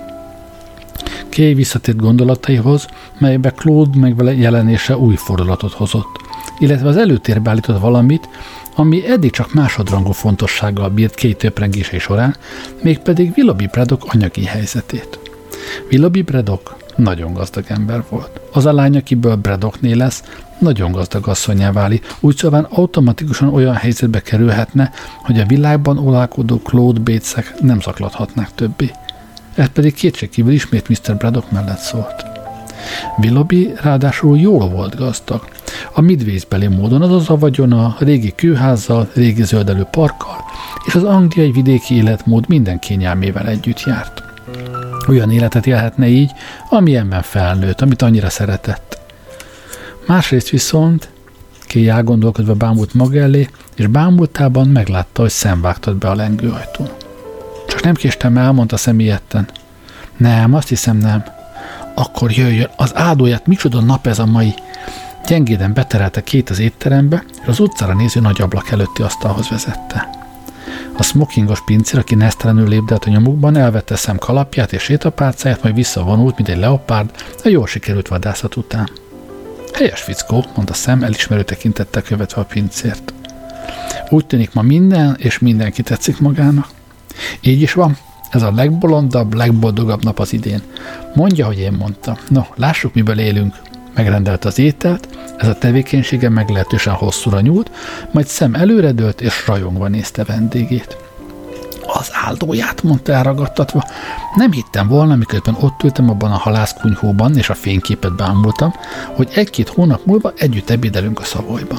Kay visszatért gondolataihoz, melybe Claude megjelenése új fordulatot hozott, illetve az előtérbe állított valamit, ami eddig csak másodrangú fontossággal bírt Kay töprengései során, mégpedig Willoughby Braddock anyagi helyzetét. Willoughby Braddock nagyon gazdag ember volt. Az a lány, akiből Braddockné lesz, nagyon gazdag asszonnyá válik, úgy szóval automatikusan olyan helyzetbe kerülhetne, hogy a világban uralkodó Claude Batesek nem zaklathatnák többé. Ez pedig kétségkívül ismét miszter Braddock mellett szólt. Willoughby ráadásul jól volt gazdag. A Midways-beli módon, azaz a vagyona, a régi kőházzal, régi zöldelő parkkal, és az angliai vidéki életmód minden kényelmével együtt járt. Olyan életet élhetne így, amilyenben felnőtt, amit annyira szeretett. Másrészt viszont Kay elgondolkodva bámult maga elé, és bámultában meglátta, hogy szemvágtad be a lengőajtón. Csak nem késtem el, mondta személyetten. Nem, azt hiszem nem. Akkor jöjjön, az áldóját, micsoda nap ez a mai. Gyengéden beterelte Kayt az étterembe, és az utcára néző nagy ablak előtti asztalhoz vezette. A smokingos pincér, aki nesztelenül lépdelt a nyomukban, elvette szem kalapját és sétapálcáját, majd visszavonult, mint egy leopárd, a jól sikerült vadászat után. Helyes fickó, mondta Sam, elismerő tekintettel követve a pincért. Úgy tűnik, ma minden és mindenki tetszik magának. Így is van, ez a legbolondabb, legboldogabb nap az idén. Mondja, hogy én mondtam. No, lássuk, miből élünk. Megrendelte az ételt, ez a tevékenysége meglehetősen hosszúra nyúlt, majd Sam előredőlt és rajongva nézte vendégét. Az áldóját, mondta elragadtatva. Nem hittem volna, miközben ott ültem abban a halászkunyhóban, és a fényképet bámultam, hogy egy-két hónap múlva együtt ebédelünk a Savoyban.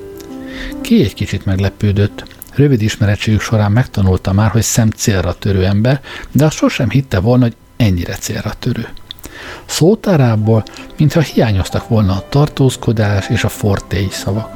Kay egy kicsit meglepődött. Rövid ismeretségük során megtanulta már, hogy Sam célra törő ember, de azt sosem hitte volna, hogy ennyire célra törő. Szótárából, mintha hiányoztak volna a tartózkodás és a fortély szavak.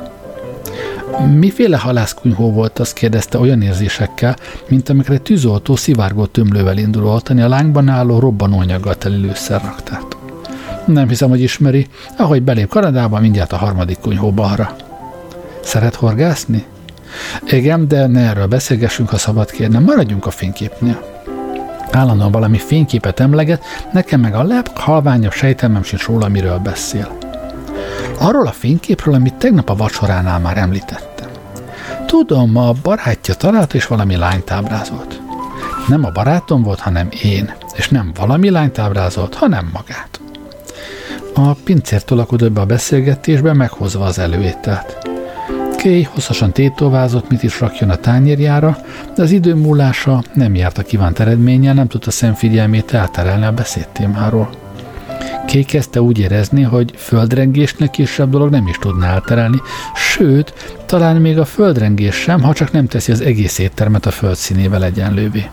Miféle halászkunyhó volt, azt kérdezte olyan érzésekkel, mint amikor egy tűzoltó szivárgó tömlővel indul oltani a lángban álló robbanóanyaggal teli lőszerraktát. Nem hiszem, hogy ismeri, ahogy belép Kanadába, mindjárt a harmadik kunyhó balra. Szeret horgászni? Igen, de ne erről beszélgessünk, ha szabad kérnem, maradjunk a fényképnél. Állandóan valami fényképet emleget, nekem meg a leghalványabb sejtelmem sincs róla, miről beszél. Arról a fényképről, amit tegnap a vacsoránál már említettem. Tudom, a barátja találta, és valami lányt ábrázolt. Nem a barátom volt, hanem én, és nem valami lányt ábrázolt, hanem magát. A pincér tolakodott be a beszélgetésbe, meghozva az előételt. Kay hosszasan tétovázott, mit is rakjon a tányérjára, de az idő múlása nem járt a kívánt eredménnyel, nem tudta szemfigyelmét elterelni a beszédtémáról. Kay kezdte úgy érezni, hogy földrengésnek kisebb dolog nem is tudná elterelni, sőt, talán még a földrengés sem, ha csak nem teszi az egész éttermet a föld színével egyenlővé.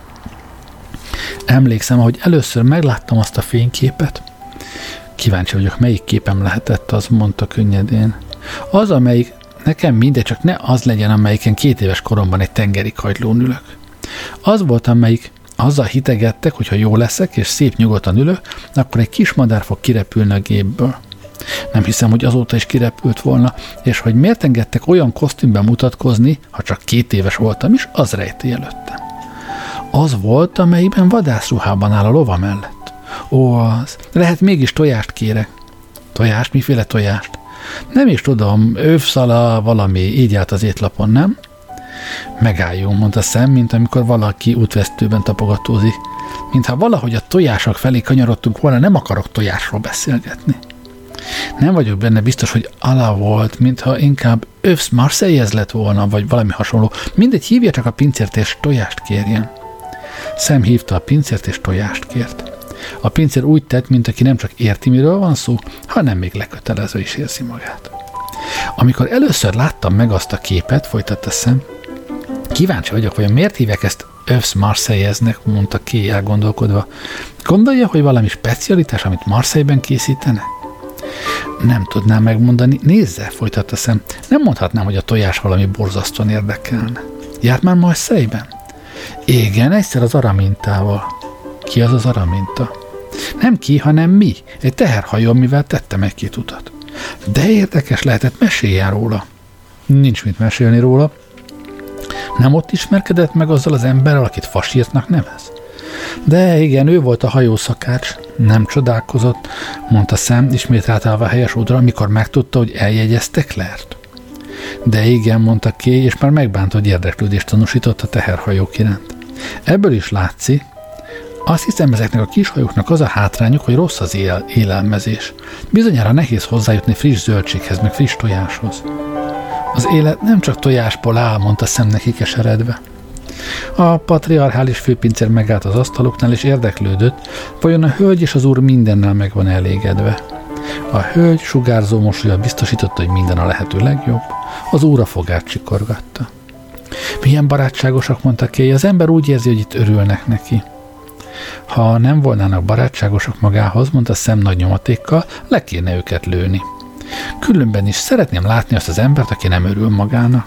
Emlékszem, ahogy először megláttam azt a fényképet. Kíváncsi vagyok, melyik képem lehetett, az mondta könnyedén. Az, amelyik nekem mindegy, csak ne az legyen, amelyiken két éves koromban egy tengeri kagylón ülök. Az volt, amelyik azzal hitegettek, hogy ha jó leszek és szép nyugodtan ülök, akkor egy kis madár fog kirepülni a gépből. Nem hiszem, hogy azóta is kirepült volna, és hogy miért engedtek olyan kosztümben mutatkozni, ha csak két éves voltam is, az rejti előttem. Az volt, amelyikben vadászruhában áll a lova mellett. Ó, az. Lehet mégis tojást kérek. Tojást? Miféle tojást? Nem is tudom, ővszala valami, így állt az étlapon, nem? Megálljunk, mondta Sam, mint amikor valaki útvesztőben tapogatózik. Mintha valahogy a tojások felé kanyarodtunk volna, nem akarok tojásról beszélgetni. Nem vagyok benne biztos, hogy Ala volt, mintha inkább Övsz Marseillez lett volna, vagy valami hasonló. Mindegy, hívja csak a pincért és tojást kérjen. Sam hívta a pincért és tojást kért. A pincér úgy tett, mint aki nem csak érti, miről van szó, hanem még lekötelező is érzi magát. Amikor először láttam meg azt a képet, folytatta Sam, kíváncsi vagyok, hogy miért hívják ezt Övsz Marseilleznek, mondta Kay elgondolkodva. Gondolja, hogy valami specialitás, amit Marseille-ben készítenek? Nem tudnám megmondani. Nézze, folytatta Sam, nem mondhatnám, hogy a tojás valami borzasztóan érdekelne. Járt már Marseille-ben? Igen, egyszer az Aramintával. Ki az az Araminta? Nem ki, hanem mi. Egy teherhajó, amivel tettem egy-két utat. De érdekes lehetett, meséljen róla. Nincs mit mesélni róla. Nem ott ismerkedett meg azzal az emberrel, akit fasírtnak nevez? De igen, ő volt a hajószakács. Nem csodálkozott, mondta Sam, ismét átállva a helyes útra, amikor megtudta, hogy eljegyezte Claire-t. De igen, mondta Kay, és már megbánt, hogy érdeklődést tanúsított a teherhajók iránt. Ebből is látszik, azt hiszem, ezeknek a kishajóknak az a hátrányuk, hogy rossz az él- élelmezés. Bizonyára nehéz hozzájutni friss zöldséghez, meg friss tojáshoz. Az élet nem csak tojásból áll, mondta Sam neki keseredve. A patriarchális főpincér megállt az asztaloknál, és érdeklődött, vajon a hölgy és az úr mindennel meg van elégedve. A hölgy sugárzó mosolya biztosította, hogy minden a lehető legjobb, az úr a fogát csikorgatta. Milyen barátságosak, mondta Kay, az ember úgy érzi, hogy itt örülnek neki. Ha nem volnának barátságosak magához, mondta Sam nagy nyomatékkal, le kéne őket lőni. Különben is szeretném látni azt az embert, aki nem örül magának.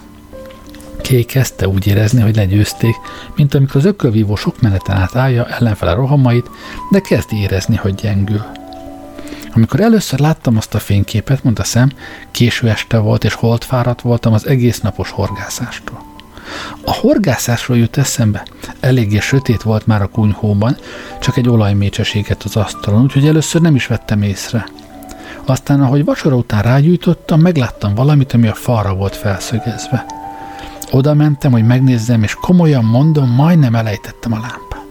Kay kezdte úgy érezni, hogy legyőzték, mint amikor az ökölvívó sok meneten át állja ellenfele rohamait, de kezd érezni, hogy gyengül. Amikor először láttam azt a fényképet, mondta Sam, késő este volt, és holdfáradt voltam az egész napos horgászástól. A horgászásról jut eszembe. Eléggé sötét volt már a kunyhóban, csak egy olajmécses égett az asztalon, úgyhogy először nem is vettem észre. Aztán, ahogy vacsora után rágyújtottam, megláttam valamit, ami a falra volt felszögezve. Oda mentem, hogy megnézzem, és komolyan mondom, majdnem elejtettem a lámpát.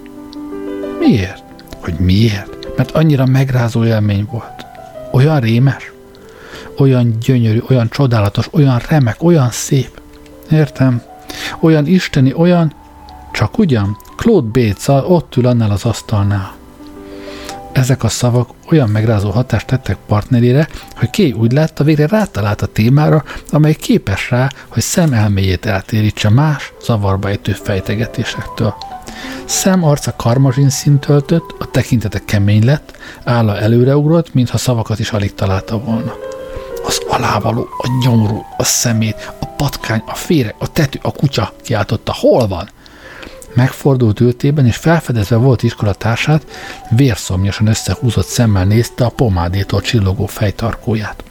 Miért? Hogy miért? Mert annyira megrázó élmény volt. Olyan rémes, olyan gyönyörű, olyan csodálatos, olyan remek, olyan szép. Értem? Olyan isteni, olyan... Csak ugyan? Claude Bates ott ül annál az asztalnál. Ezek a szavak olyan megrázó hatást tettek partnerére, hogy Kay úgy látta, végre rátalált a témára, amely képes rá, hogy Sam elméjét eltérítse más, zavarba ejtő fejtegetésektől. Sam arca karmazsin színt öltött, a tekintete kemény lett, álla előreugrott, mintha szavakat is alig találta volna. Az alávaló, a nyomorú, a szemét, a patkány, a féreg, a tető, a kutya, kiáltotta, hol van? Megfordult ültében, és felfedezve volt iskolatársát, vérszomjasan összehúzott szemmel nézte a pomádétól csillogó fejtarkóját.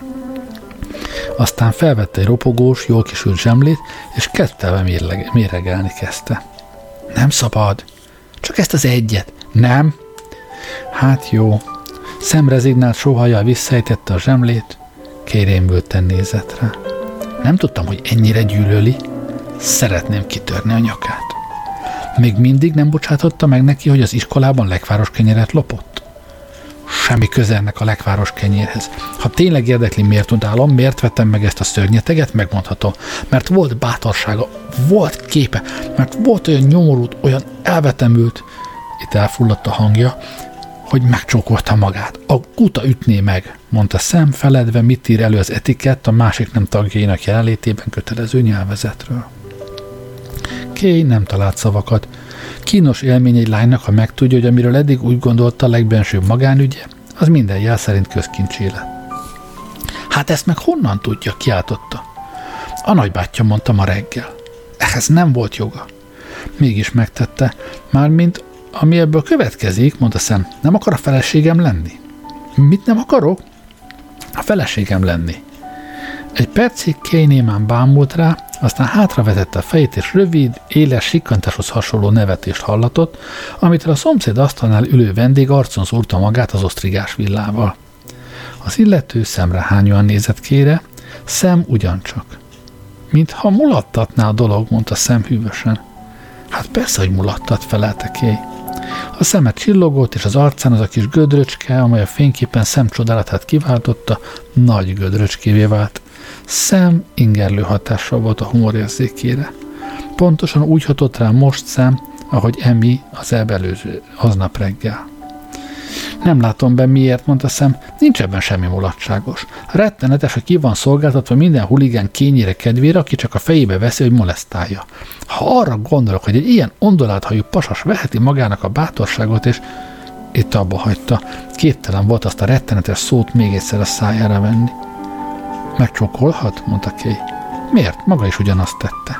Aztán felvette egy ropogós, jól kisült zsemlét, és kettelve méregelni kezdte. Nem szabad. Csak ezt az egyet. Nem? Hát jó. Sam rezignált sóhajjal visszaejtette a zsemlét, kérémülten nézett rá. Nem tudtam, hogy ennyire gyűlöli. Szeretném kitörni a nyakát. Még mindig nem bocsátotta meg neki, hogy az iskolában lekváros kenyeret lopott? Semmi köze ennek a lekváros kenyérhez. Ha tényleg érdekli, miért utálom, miért vettem meg ezt a szörnyeteget, megmondhatom. Mert volt bátorsága, volt képe, mert volt olyan nyomorult, olyan elvetemült, itt elfulladt a hangja, hogy megcsókolta magát. A kuta ütné meg, mondta Sam, feledve, mit ír elő az etikett a másik nem tagjainak jelenlétében kötelező nyelvezetről. Kay nem talált szavakat. Kínos élmény egy lánynak, ha megtudja, hogy amiről eddig úgy gondolta a legbensőbb magánügye, az minden jel szerint közkincsé lett. Hát ezt meg honnan tudja, kiáltotta. A nagybátyja, mondta ma reggel. Ehhez nem volt joga. Mégis megtette, mármint ami ebből következik, mondta Sam, nem akar a feleségem lenni. Mit nem akarok? A feleségem lenni. Egy percig Kay némán bámult rá, aztán hátravetette a fejét, és rövid, éles sikkantáshoz hasonló nevetést hallatott, amitől a szomszéd asztalnál ülő vendég arcon szúrta magát az osztrigás villával. Az illető szemrehányóan nézett Kayre, Sam ugyancsak. Mintha mulattatná a dolog, mondta Sam hűvösen. Hát persze, hogy mulattat, felelte Kay. A szeme csillogott, és az arcán az a kis gödröcske, amely a fényképen Sam csodálatát kiváltotta, nagy gödröcskévé vált. Sam ingerlő hatással volt a humorérzékére. Pontosan úgy hatott rá most Sam, ahogy Emi az előző aznap reggel. Nem látom be miért, mondta Sam, nincs ebben semmi mulatságos. Rettenetes, hogy ki van szolgáltatva minden huligán kényére kedvére, aki csak a fejébe veszi, hogy molesztálja. Ha arra gondolok, hogy egy ilyen ondoláthajú pasas veheti magának a bátorságot, és itt abba hagyta, képtelen volt azt a rettenetes szót még egyszer a szájára venni. Megcsókolhat? Mondta Kay. Miért? Maga is ugyanazt tette.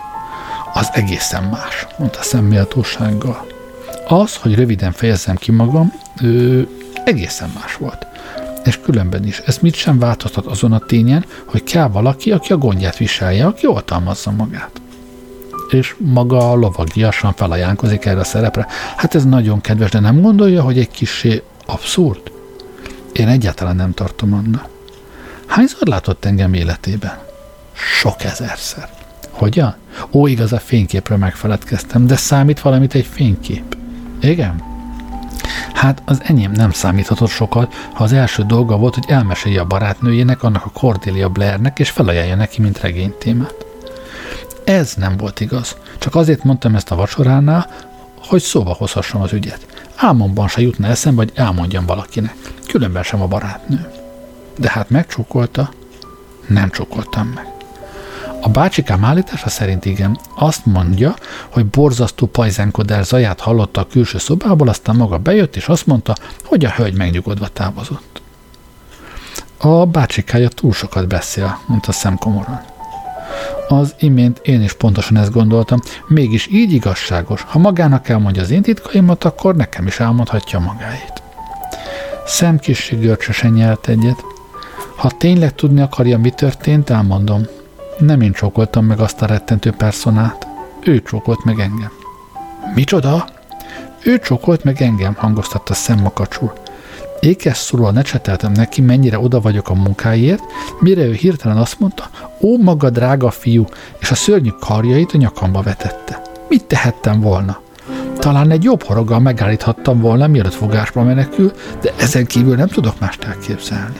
Az egészen más, mondta Sam méltósággal. Az, hogy röviden fejezzem ki magam, ő, egészen más volt. És különben is, ez mit sem változtat azon a tényen, hogy kell valaki, aki a gondját viselje, aki oltalmazza magát. És maga a lovagiasan felajánlkozik erre a szerepre. Hát ez nagyon kedves, de nem gondolja, hogy egy kissé abszurd? Én egyáltalán nem tartom annak. Hányszor látott engem életében? Sok ezerszer. Hogyan? Ó, igaz, a fényképről megfeledkeztem, de számít valamit egy fénykép? Igen? Hát az enyém nem számíthatott sokat, ha az első dolga volt, hogy elmesélje a barátnőjének, annak a Cordelia Blairnek, és felajánlja neki, mint regénytémát. Ez nem volt igaz. Csak azért mondtam ezt a vacsoránál, hogy szóba hozhassam az ügyet. Álmomban se jutna eszembe, hogy elmondjam valakinek. Különben sem a barátnő. De hát megcsókolta? Nem csókoltam meg. A bácsikám állítása szerint igen. Azt mondja, hogy borzasztó pajzánkodás zaját hallotta a külső szobából, aztán maga bejött, és azt mondta, hogy a hölgy megnyugodva távozott. A bácsikája túl sokat beszél, mondta Sam komoran. Az imént én is pontosan ezt gondoltam, mégis így igazságos. Ha magának elmondja az én titkaimat, akkor nekem is elmondhatja magáét. Sam kissé görcsösen nyelt egyet. Ha tényleg tudni akarja, mi történt, elmondom. Nem én csókoltam meg azt a rettentő personát. Ő csókolt meg engem. Micsoda? Ő csókolt meg engem, hangoztatta Sam makacsul. Ékes szólal necseteltem neki, mennyire oda vagyok a munkáért, mire ő hirtelen azt mondta, ó, maga drága fiú, és a szörnyű karjait a nyakamba vetette. Mit tehettem volna? Talán egy jobb horoggal megállíthattam volna, mielőtt fogásba menekül, de ezen kívül nem tudok mást elképzelni.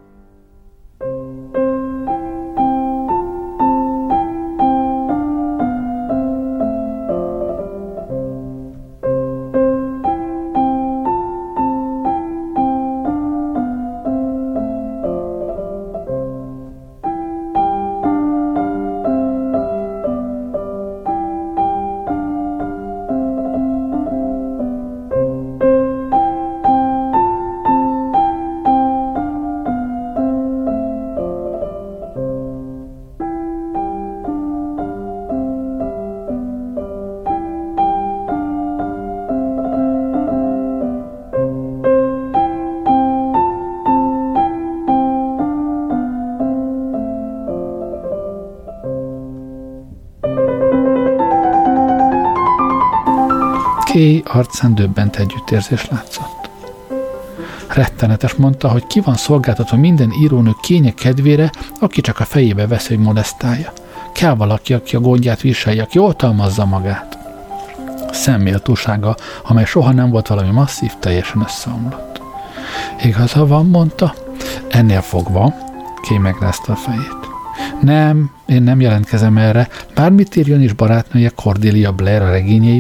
Kay arcán döbbent együttérzés látszott. Rettenetes, mondta, hogy ki van szolgáltatva minden írónő kénye kedvére, aki csak a fejébe veszi, hogy molesztálja. Kell valaki, aki a gondját viselje, aki oltalmazza magát. Szemméltósága, amely soha nem volt valami masszív, teljesen összeomlott. Igaza van, mondta. Ennél fogva, Kay megrázta a fejét. Nem, én nem jelentkezem erre, bármit írjon is barátnője Cordelia Blair a regényeiben,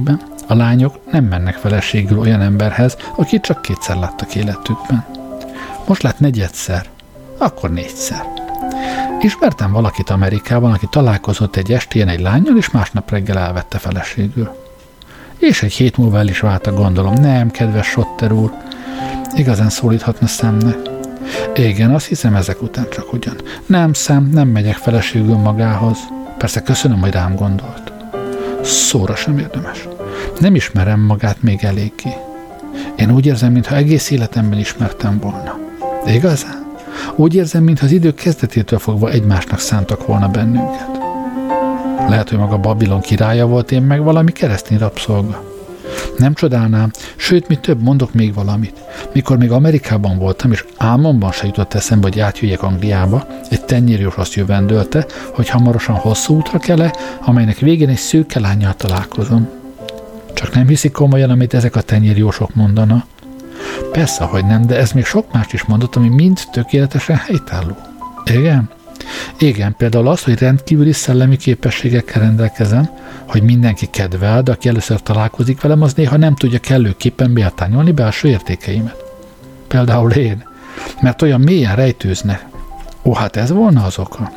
A lányok nem mennek feleségül olyan emberhez, akit csak kétszer láttak életükben. Most lát negyedszer, akkor négyszer. Ismertem valakit Amerikában, aki találkozott egy estén egy lánnyal, és másnap reggel elvette feleségül. És egy hét múlva el is váltak, gondolom. Nem, kedves Sotter úr, igazán szólíthatna Samnek. Igen, azt hiszem ezek után csak ugyan. Nem, Sam, nem megyek feleségül magához. Persze köszönöm, hogy rám gondolt. Szóra sem érdemes. Nem ismerem magát még eléggé. Én úgy érzem, mintha egész életemben ismertem volna. Igazán? Úgy érzem, mintha az idő kezdetétől fogva egymásnak szántak volna bennünket. Lehet, hogy maga Babilon királya volt, én meg valami keresztény rabszolga. Nem csodálnám, sőt, mi több, mondok még valamit. Mikor még Amerikában voltam, és álmomban se jutott eszembe, hogy átjöjjek Angliába, egy tenyérjós azt jövendölte, hogy hamarosan hosszú útra kell-e, amelynek végén egy szőke lánnyal találkozom. Csak nem hiszik komolyan, amit ezek a tenyérjósok mondana. Persze, hogy nem, de ez még sok mást is mondott, ami mind tökéletesen helytálló. Igen? Igen, például az, hogy rendkívüli szellemi képességekkel rendelkezem, hogy mindenki kedvel, de aki először találkozik velem, az néha nem tudja kellőképpen méltányolni belső értékeimet. Például én, mert olyan mélyen rejtőznek. Ó, hát ez volna az oka.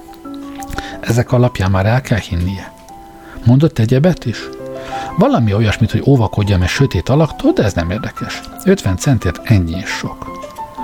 Ezek alapján már el kell hinnie. Mondott egyebet is? Valami olyasmit, hogy óvakodjam egy sötét alaktól, de ez nem érdekes. ötven centért ennyi is sok.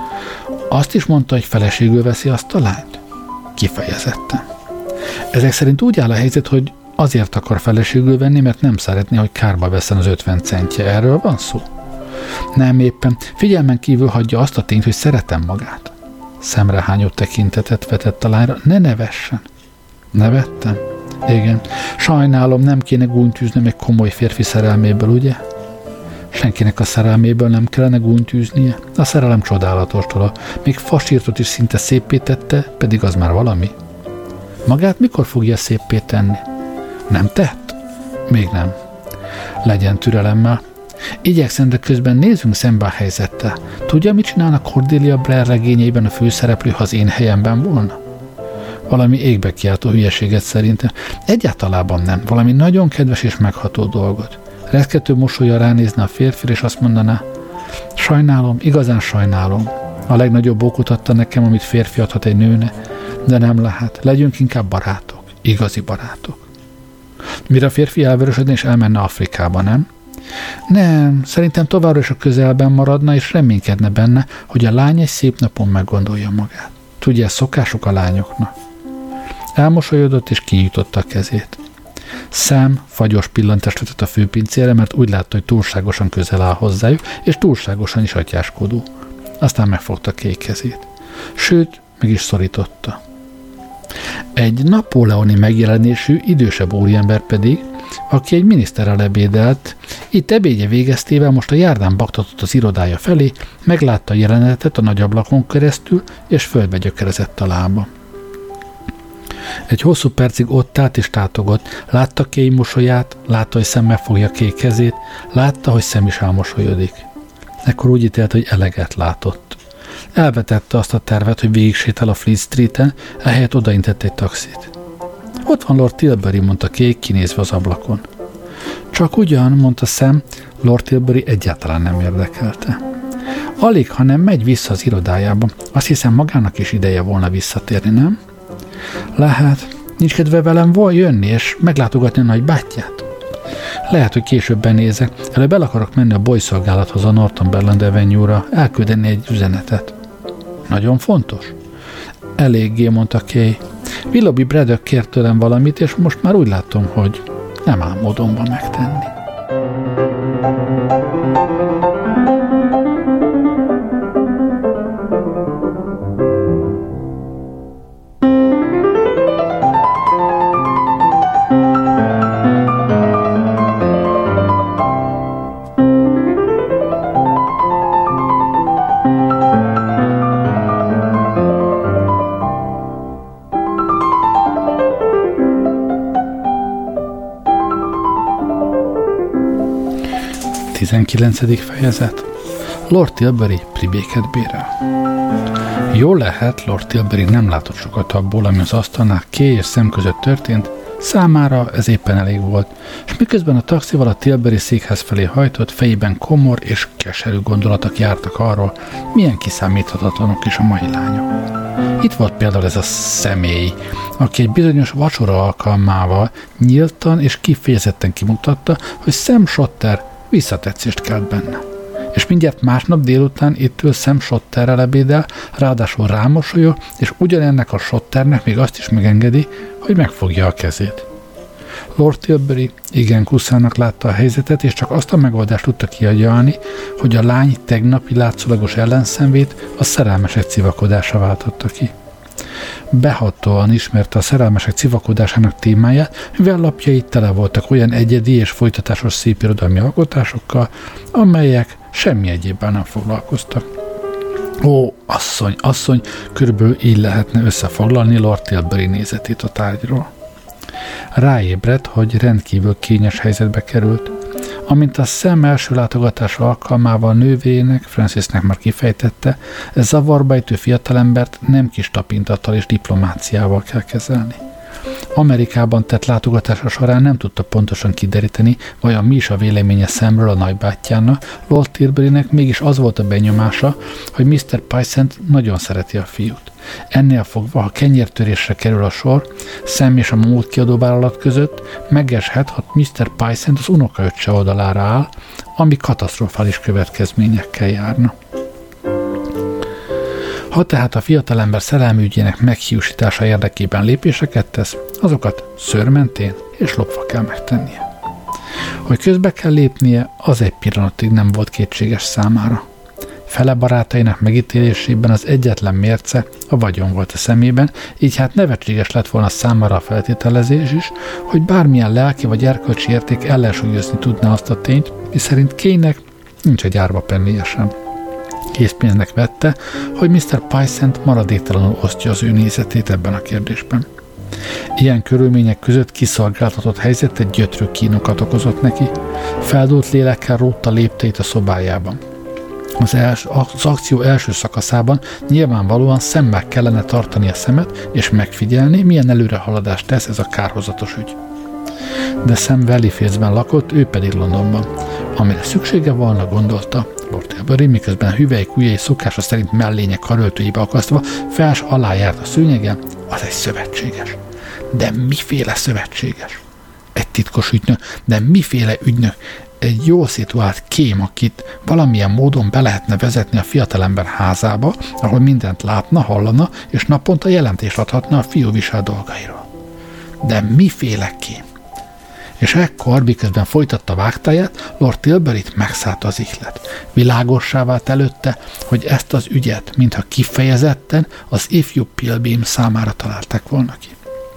Azt is mondta, hogy feleségül veszi azt a lányt? Kifejezetten. Ezek szerint úgy áll a helyzet, hogy azért akar feleségül venni, mert nem szeretné, hogy kárba veszen az ötven centje. Erről van szó? Nem éppen. Figyelmen kívül hagyja azt a tényt, hogy szeretem magát. Szemrehányó tekintetet vetett a lányra. Ne nevessen. Nevettem? Igen. Sajnálom, nem kéne gúnytűznöm egy komoly férfi szerelméből, ugye? Senkinek a szerelméből nem kellene gúnytűznie. A szerelem csodálatos dolog. Még fasírtot is szinte széppé tette, pedig az már valami. Magát mikor fogja széppé tenni? Nem tett? Még nem. Legyen türelemmel. Igyekszem, de közben nézzünk szembe a helyzettel. Tudja, mit csinálna Cordelia Blair regényeiben a főszereplő, ha az én helyemben volna? Valami égbe kiáltó hülyeséget szerintem. Egyáltalában nem. Valami nagyon kedves és megható dolgot. Reszkető mosolya ránézne a férfire, és azt mondaná, sajnálom, igazán sajnálom. A legnagyobb okot adta nekem, amit férfi adhat egy nőne, de nem lehet. Legyünk inkább barátok. Igazi barátok. Mire a férfi elvörösödne és elmenne Afrikába, nem? Nem, szerintem továbbra is a közelben maradna, és reménykedne benne, hogy a lány egy szép napon meggondolja magát. Tudja, ez szokásuk a lányoknak. Elmosolyodott, és kinyújtotta a kezét. Sam fagyos pillantást vetett a főpincére, mert úgy látta, hogy túlságosan közel áll hozzájuk, és túlságosan is atyáskodó. Aztán megfogta kék kezét. Sőt, meg is szorította. Egy napóleoni megjelenésű, idősebb úriember pedig, aki egy miniszterrel ebédelt, itt ebédje végeztével most a járdán baktatott az irodája felé, meglátta a jelenetet a nagy ablakon keresztül, és földbe gyökerezett a lába. Egy hosszú percig ott állt és tátogott, látta Kay mosolyát, látta, hogy Sam megfogja Kay kezét, látta, hogy Sam is elmosolyodik. Ekkor úgy ítélt, hogy eleget látott. Elvetette azt a tervet, hogy végig sétál a Fleet Streeten, ehelyett odaintett egy taxit. Ott van Lord Tilbury, mondta Kay, kinézve az ablakon. Csak ugyan, mondta Sam, Lord Tilbury egyáltalán nem érdekelte. Alig, hanem megy vissza az irodájába. Azt hiszem, magának is ideje volna visszatérni, nem? Lehet. Nincs kedve velem vol jönni, és meglátogatni a nagybátyját? Lehet, hogy később benézek. Előbb el akarok menni a bolyszolgálathoz a Northumberland Avenue-ra, elküldeni egy üzenetet. Nagyon fontos? Eléggé, mondta Kay. Willoughby Braddock kért tőlem valamit, és most már úgy látom, hogy nem áll módonban megtenni. tizenkilencedik fejezet. Lord Tilbury pribéket bérel. Jól lehet, Lord Tilbury nem látott sokat abból, ami az asztalnál Kay és Sam között történt, Számára ez éppen elég volt, és miközben a taxival a Tilbury székház felé hajtott, fejében komor és keserű gondolatok jártak arról, milyen kiszámíthatatlanok is a mai lányok. Itt volt például ez a személy, aki egy bizonyos vacsora alkalmával nyíltan és kifejezetten kimutatta, hogy Sam Schotter visszatetszést kelt benne. És mindjárt másnap délután itt ül Sam Schotterrel ebédel, ráadásul rámosolyog, és ugyanennek a Schotternek még azt is megengedi, hogy megfogja a kezét. Lord Tilbury igen kuszának látta a helyzetet, és csak azt a megoldást tudta kiagyalni, hogy a lány tegnapi látszólagos ellenszenvét a szerelmesek civakodása váltotta ki. Behatóan ismerte a szerelmesek civakodásának témáját, mivel lapjai tele voltak olyan egyedi és folytatásos szépirodalmi alkotásokkal, amelyek semmi egyébben nem foglalkoztak. Ó, asszony, asszony, körülbelül így lehetne összefoglalni Lord Tilbury nézetét a tárgyról. Ráébredt, hogy rendkívül kényes helyzetbe került. Amint a Sam első látogatása alkalmával nővérének, Francisnek már kifejtette, ez zavarba ejtő fiatalembert nem kis tapintattal és diplomáciával kell kezelni. Amerikában tett látogatása során nem tudta pontosan kideríteni, vajon mi is a véleménye Samről a nagybátyjának, Lord Tilburynek mégis az volt a benyomása, hogy miszter Pysent nagyon szereti a fiút. Ennél fogva, ha kenyértörésre kerül a sor, Sam és a múlt kiadóvállalat között megeshet, ha miszter Pysent az unokaöccse oldalára áll, ami katasztrofális következményekkel járna. Ha tehát a fiatalember szerelmügyének meghiúsítása érdekében lépéseket tesz, azokat szőrmentén és lopva kell megtennie. Hogy közbe kell lépnie, az egy pillanatig nem volt kétséges számára. Fele barátainak megítélésében az egyetlen mérce a vagyon volt a szemében, így hát nevetséges lett volna számára a feltételezés is, hogy bármilyen lelki vagy erkölcsi érték ellensúlyozni tudná azt a tényt, miszerint Kane-nek nincs egy árva pennéje sem. Készpénznek vette, hogy miszter Pysent maradéktalanul osztja az ő nézetét ebben a kérdésben. Ilyen körülmények között kiszolgáltatott helyzet egy gyötrő kínokat okozott neki. Feldúlt lélekkel rótta lépteit a szobájában. Az, els, az akció első szakaszában nyilvánvalóan szemmel kellene tartani a szemet, és megfigyelni, milyen előrehaladást tesz ez a kárhozatos ügy. De Sam Valleyfieldsben lakott, ő pedig Londonban. Amire szüksége volna, gondolta Lord Tilbury, miközben hüvelyk ujjai szokása szerint mellények karöltőibe akasztva fels alá járt a szőnyegen, az egy szövetséges. De miféle szövetséges? Egy titkos ügynök, de miféle ügynök? Egy jól szituált kém, akit valamilyen módon be lehetne vezetni a fiatalember házába, ahol mindent látna, hallana, és naponta jelentést adhatna a fiú visel dolgairól. De miféle kém? És ekkor, miközben folytatta vágtáját, Lord Tilburyt megszállta az ihlet. Világossá vált előtte, hogy ezt az ügyet, mintha kifejezetten az ifjú Pilbeam számára találták volna ki.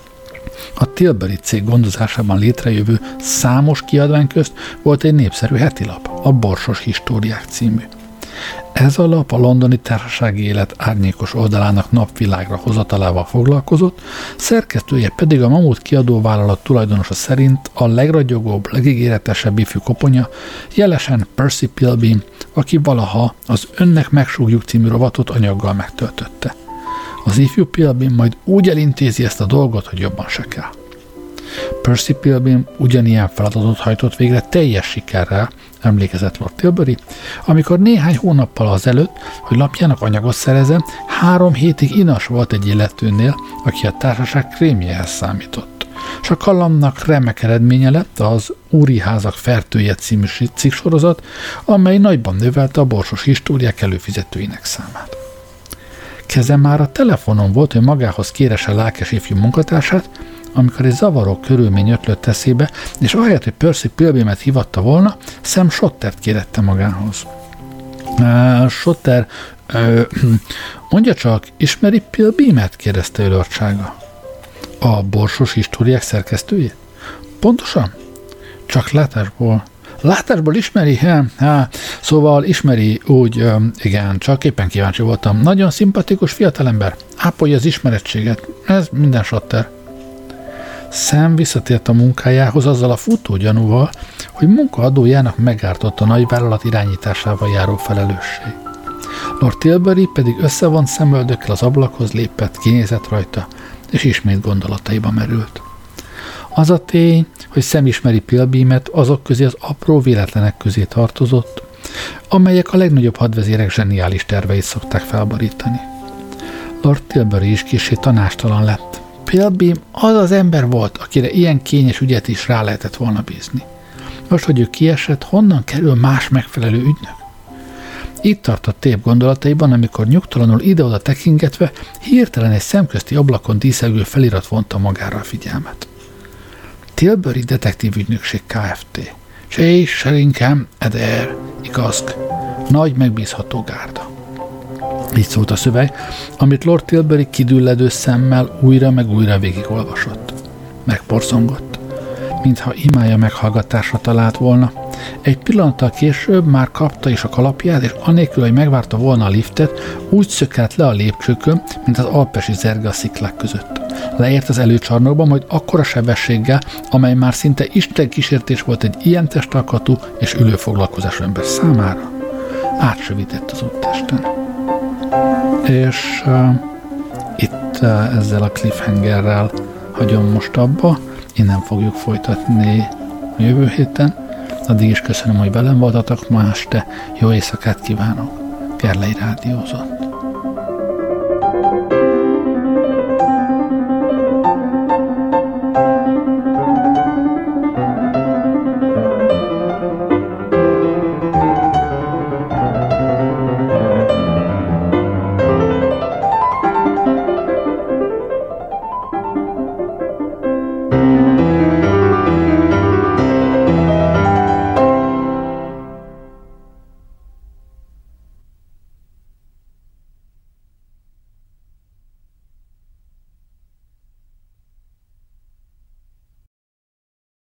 A Tilbury cég gondozásában létrejövő számos kiadvány közt volt egy népszerű hetilap, a Borsos Históriák című. Ez a lap a londoni társasági élet árnyékos oldalának napvilágra hozatalával foglalkozott, szerkesztője pedig a Mamut kiadóvállalat tulajdonosa szerint a legragyogóbb, legígéretesebb ifjú koponya, jelesen Percy Pilbeam, aki valaha az Önnek megsúgjuk című rovatot anyaggal megtöltötte. Az ifjú Pilbeam majd úgy elintézi ezt a dolgot, hogy jobban se kell. Percy Pilbeam ugyanilyen feladatot hajtott végre teljes sikerrel, emlékezett Lord Tilbury, amikor néhány hónappal azelőtt, hogy lapjának anyagot szerezem, három hétig inas volt egy illetőnél, aki a társaság krémjéhez számított. És a kalandnak remek eredménye lett az Úri házak fertője című cikksorozat, amely nagyban növelte a Borsos Históriák előfizetőinek számát. Keze már a telefonon volt, hogy magához kéresse lelkes ifjú munkatársát, amikor egy zavaró körülmény ötlött eszébe, és ahelyett, hogy Percy Pilbeamet hívatta volna, Sam Schottert kérette magához. Uh, Schotter, uh, mondja csak, ismeri Pilbeamet? Kérdezte ölörcsága. A Borsos Históriák szerkesztőjét? Pontosan? Csak látásból. Látásból ismeri? Há, há, szóval ismeri úgy, um, igen, csak éppen kíváncsi voltam. Nagyon szimpatikus fiatalember. Ápolja az ismerettséget. Ez minden Schotter. Sam visszatért a munkájához azzal a futó gyanúval, hogy munkaadójának megártott a nagyvállalat irányításával járó felelősség. Lord Tilbury pedig összevont szemöldökkel az ablakhoz lépett, kinézett rajta, és ismét gondolataiba merült. Az a tény, hogy Sam ismeri Pilbeamet, azok közé az apró véletlenek közé tartozott, amelyek a legnagyobb hadvezérek zseniális terveit szokták felborítani. Lord Tilbury is kissé tanástalan lett. Pilbeam az az ember volt, akire ilyen kényes ügyet is rá lehetett volna bízni. Most, hogy ő kiesett, honnan kerül más megfelelő ügynök? Itt tartott Tép gondolataiban, amikor nyugtalanul ide-oda tekingetve hirtelen egy szemközti ablakon díszelgő felirat vonta magára a figyelmet. Tilbury Detektív Ügynökség Kft. J. Sheringham Adair, igazk, nagy megbízható gárda. Így szólt a szöveg, amit Lord Tilbury kidülledő szemmel újra meg újra végigolvasott. Megborzongott, mintha imája meghallgatásra talált volna. Egy pillanattal később már kapta is a kalapját, és anélkül, hogy megvárta volna a liftet, úgy szökelt le a lépcsőkön, mint az alpesi zerge a sziklák között. Leért az előcsarnokba, majd akkora sebességgel, amely már szinte Isten kísértés volt egy ilyen testalkatú és ülőfoglalkozású ember számára, átsövített az úttesten. És uh, itt uh, ezzel a cliffhangerrel hagyom most abba, innen fogjuk folytatni a jövő héten. Addig is köszönöm, hogy velem voltatok ma este, jó éjszakát kívánok, Gerlei rádiózott.